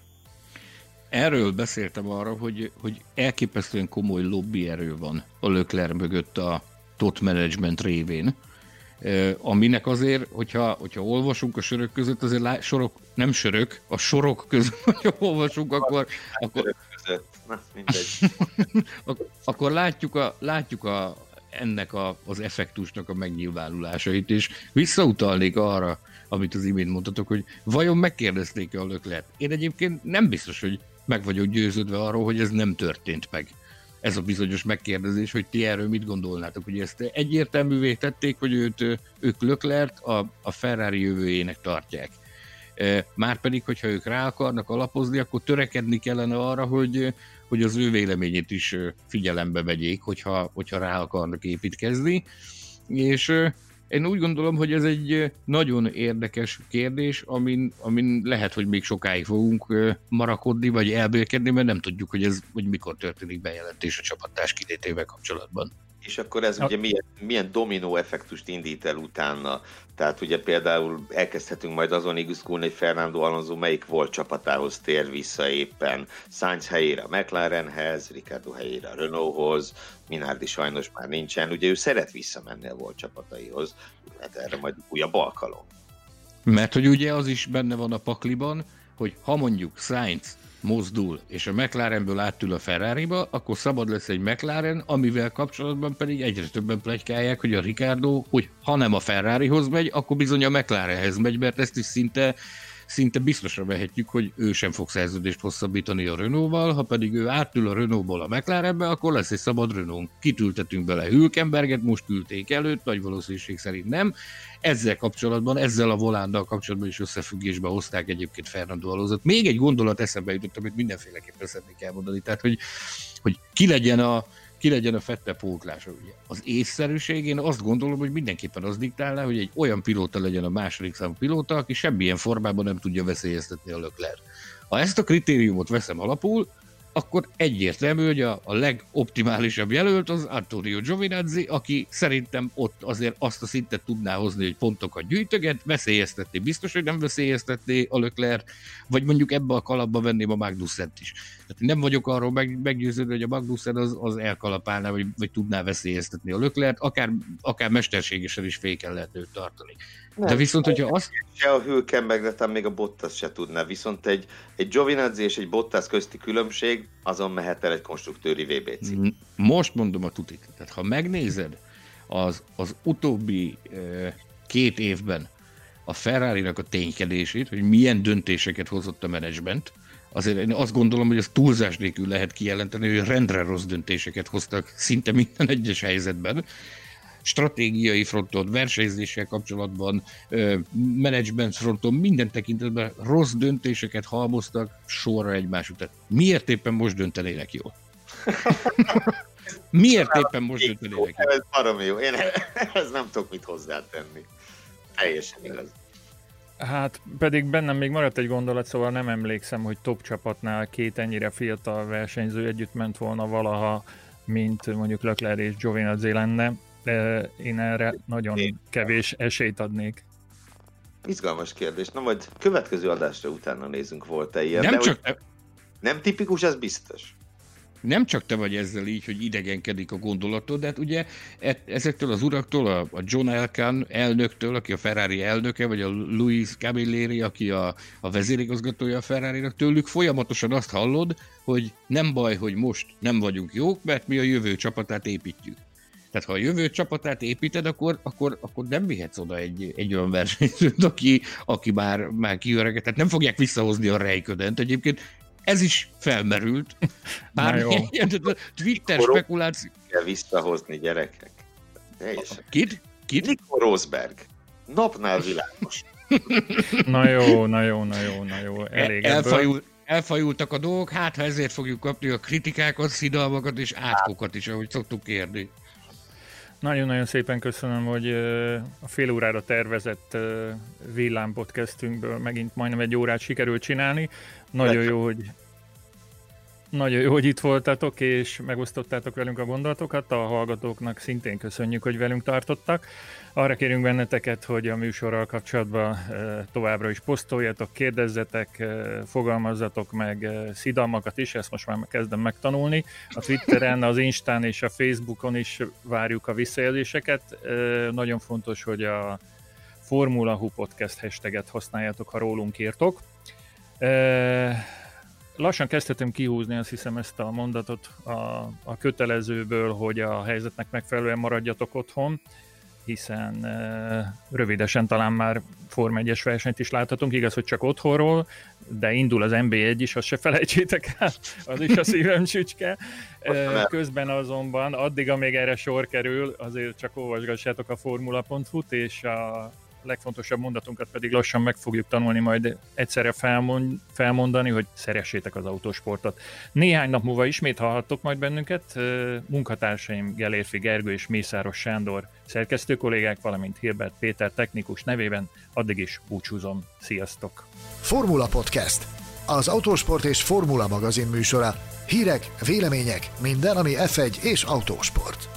Erről beszéltem arra, hogy, hogy elképesztően komoly lobbyerő van a Leclerc mögött a top management révén, aminek azért, hogyha, hogyha olvasunk a sörök között, azért lá, sorok, nem sörök, a sorok között, hogyha olvasunk, akkor, akkor, Na, mindegy. akkor látjuk, a, látjuk a, ennek a, az effektusnak a megnyilvánulásait, és visszautalnék arra, amit az imént mondtatok, hogy vajon megkérdezték-e a Leclerc. Én egyébként nem biztos, hogy meg vagyok győződve arról, hogy ez nem történt meg. Ez a bizonyos megkérdezés, hogy ti erről mit gondolnátok, hogy ezt egyértelművé tették, hogy őt, ők Leclerc a, a Ferrari jövőjének tartják. Márpedig, hogyha ők rá akarnak alapozni, akkor törekedni kellene arra, hogy, hogy az ő véleményét is figyelembe vegyék, hogyha, hogyha rá akarnak építkezni. És én úgy gondolom, hogy ez egy nagyon érdekes kérdés, amin, amin lehet, hogy még sokáig fogunk marakodni, vagy elbélkedni, mert nem tudjuk, hogy ez hogy mikor történik bejelentés a csapattárs kitétével kapcsolatban. És akkor ez ugye milyen, milyen dominó effektust indít el utána. Tehát ugye például elkezdhetünk majd azon igazgulni, hogy Fernando Alonso melyik volt csapatához tér vissza éppen. Sainz helyére a McLarenhez, Ricciardo helyére a Renaulthoz, Minardi sajnos már nincsen. Ugye ő szeret visszamenni a volt csapataihoz, hát erre majd újabb alkalom. Mert hogy ugye az is benne van a pakliban, hogy ha mondjuk Sainz mozdul, és a McLarenből átül a Ferrariba, akkor szabad lesz egy McLaren, amivel kapcsolatban pedig egyre többen pletykálják, hogy a Ricciardo, hogy ha nem a Ferrarihoz megy, akkor bizony a McLarenhez megy, mert ezt is szinte szinte biztosra vehetjük, hogy ő sem fog szerződést hosszabbítani a Renault-val, ha pedig ő átül a Renault-ból a McLarenbe, akkor lesz egy szabad Renault. Kitültetünk bele Hülkenberget, most ülték előtt, nagy valószínűség szerint nem. Ezzel kapcsolatban, ezzel a volánnal kapcsolatban is összefüggésbe hozták egyébként Fernando Alonsót. Még egy gondolat eszembe jutott, amit mindenféleképpen szeretnék elmondani, tehát hogy, hogy ki legyen a ki legyen a Vettel pótlása. Ugye. Az észszerűség, én azt gondolom, hogy mindenképpen az diktálná, hogy egy olyan pilóta legyen a második számú pilóta, aki semmilyen formában nem tudja veszélyeztetni a Leclerc. Ha ezt a kritériumot veszem alapul, akkor egyértelmű, hogy a, a legoptimálisabb jelölt az Antonio Giovinazzi, aki szerintem ott azért azt a szintet tudná hozni, hogy pontokat gyűjtöget, veszélyeztetni biztos, hogy nem veszélyeztetné a Leclerc, vagy mondjuk ebbe a kalapba venném a Magnussent is. Tehát nem vagyok arról meg, meggyőződve, hogy a Magnussen az, az elkalapálná, vagy, vagy tudná veszélyeztetni a Leclerc, akár, akár mesterségesen is féken lehet őt tartani. Nem, de viszont, hogyha azt... Se a Hülkenberg, még a Bottas se tudná, viszont egy, egy Giovinazzi és egy Bottas közti különbség, azon mehet el egy konstruktőri vé bé cé. Most mondom a tutit. Tehát ha megnézed az, az utóbbi eh, két évben a Ferrarinak a ténykedését, hogy milyen döntéseket hozott a menedzsment, azért én azt gondolom, hogy az túlzás nélkül lehet kijelenteni, hogy rendre rossz döntéseket hoztak szinte minden egyes helyzetben, stratégiai fronton, versenyzéssel kapcsolatban, menedzsment fronton, minden tekintetben rossz döntéseket halmoztak sorra egymás után. Miért éppen most döntenének jól? Miért éppen most döntenének jól? Ez baromi jó. Én ez nem tudok mit hozzátenni. Teljesen igaz. Hát pedig bennem még maradt egy gondolat, szóval nem emlékszem, hogy top csapatnál két ennyire fiatal versenyző együtt ment volna valaha, mint mondjuk Leclerc és Giovinazzi lenne. De én erre nagyon én. kevés esélyt adnék. Izgalmas kérdés. Na majd következő adásra utána nézünk, volt-e ilyen. Nem, de, csak te... nem tipikus, ez biztos. Nem csak te vagy ezzel így, hogy idegenkedik a gondolatod, de hát ugye ezektől az uraktól, a John Elkann elnöktől, aki a Ferrari elnöke, vagy a Luis Camilleri, aki a, a vezérigazgatója a Ferrarinak, tőlük folyamatosan azt hallod, hogy nem baj, hogy most nem vagyunk jók, mert mi a jövő csapatát építjük. Tehát ha a jövő csapatát építed, akkor, akkor, akkor nem vihetsz oda egy, egy olyan versenyzőt, aki, aki már, már kiöreget. Tehát nem fogják visszahozni a Räikkönent. Egyébként ez is felmerült. Bár Twitter spekuláció... kell visszahozni, gyerekek. Teljesen. Kit? Kit? Nico Rosberg. Napnál világos. Na jó, na jó, na jó, na jó. Elég Elfajult. Elfajultak a dolgok, hát ha ezért fogjuk kapni a kritikákat, szidalmakat és átkokat is, ahogy szoktuk kérni. Nagyon-nagyon szépen köszönöm, hogy a fél órára tervezett Villám podcastünkből megint majdnem egy órát sikerült csinálni. Nagyon jó, hogy, nagyon jó, hogy itt voltatok, és megosztottátok velünk a gondolatokat. A hallgatóknak szintén köszönjük, hogy velünk tartottak. Arra kérünk benneteket, hogy a műsorral kapcsolatban továbbra is posztoljatok, kérdezzetek, fogalmazzatok meg szidalmakat is, ezt most már kezdem megtanulni. A Twitteren, az Instán és a Facebookon is várjuk a visszajelzéseket. Nagyon fontos, hogy a Formula Hú Podcast hashtaget használjátok, ha rólunk írtok. Lassan kezdhetem kihúzni, azt hiszem, ezt a mondatot a, a kötelezőből, hogy a helyzetnek megfelelően maradjatok otthon, hiszen e, rövidesen talán már Forma egyes versenyt is láthatunk, igaz, hogy csak otthonról, de indul az en bé egy is, azt se felejtsétek el, az is a szívem csücske. E, közben azonban, addig, amíg erre sor kerül, azért csak olvasgassátok a formula pont hu-t, és a legfontosabb mondatunkat pedig lassan meg fogjuk tanulni, majd egyszerre felmond, felmondani, hogy szeressétek az autósportot. Néhány nap múlva ismét hallhattok majd bennünket, munkatársaim Gelérfi Gergő és Mészáros Sándor szerkesztő kollégák, valamint Hilbert Péter technikus nevében, addig is búcsúzom. Sziasztok! Formula Podcast, az autósport és formula magazin műsora. Hírek, vélemények, minden, ami ef egy és autósport.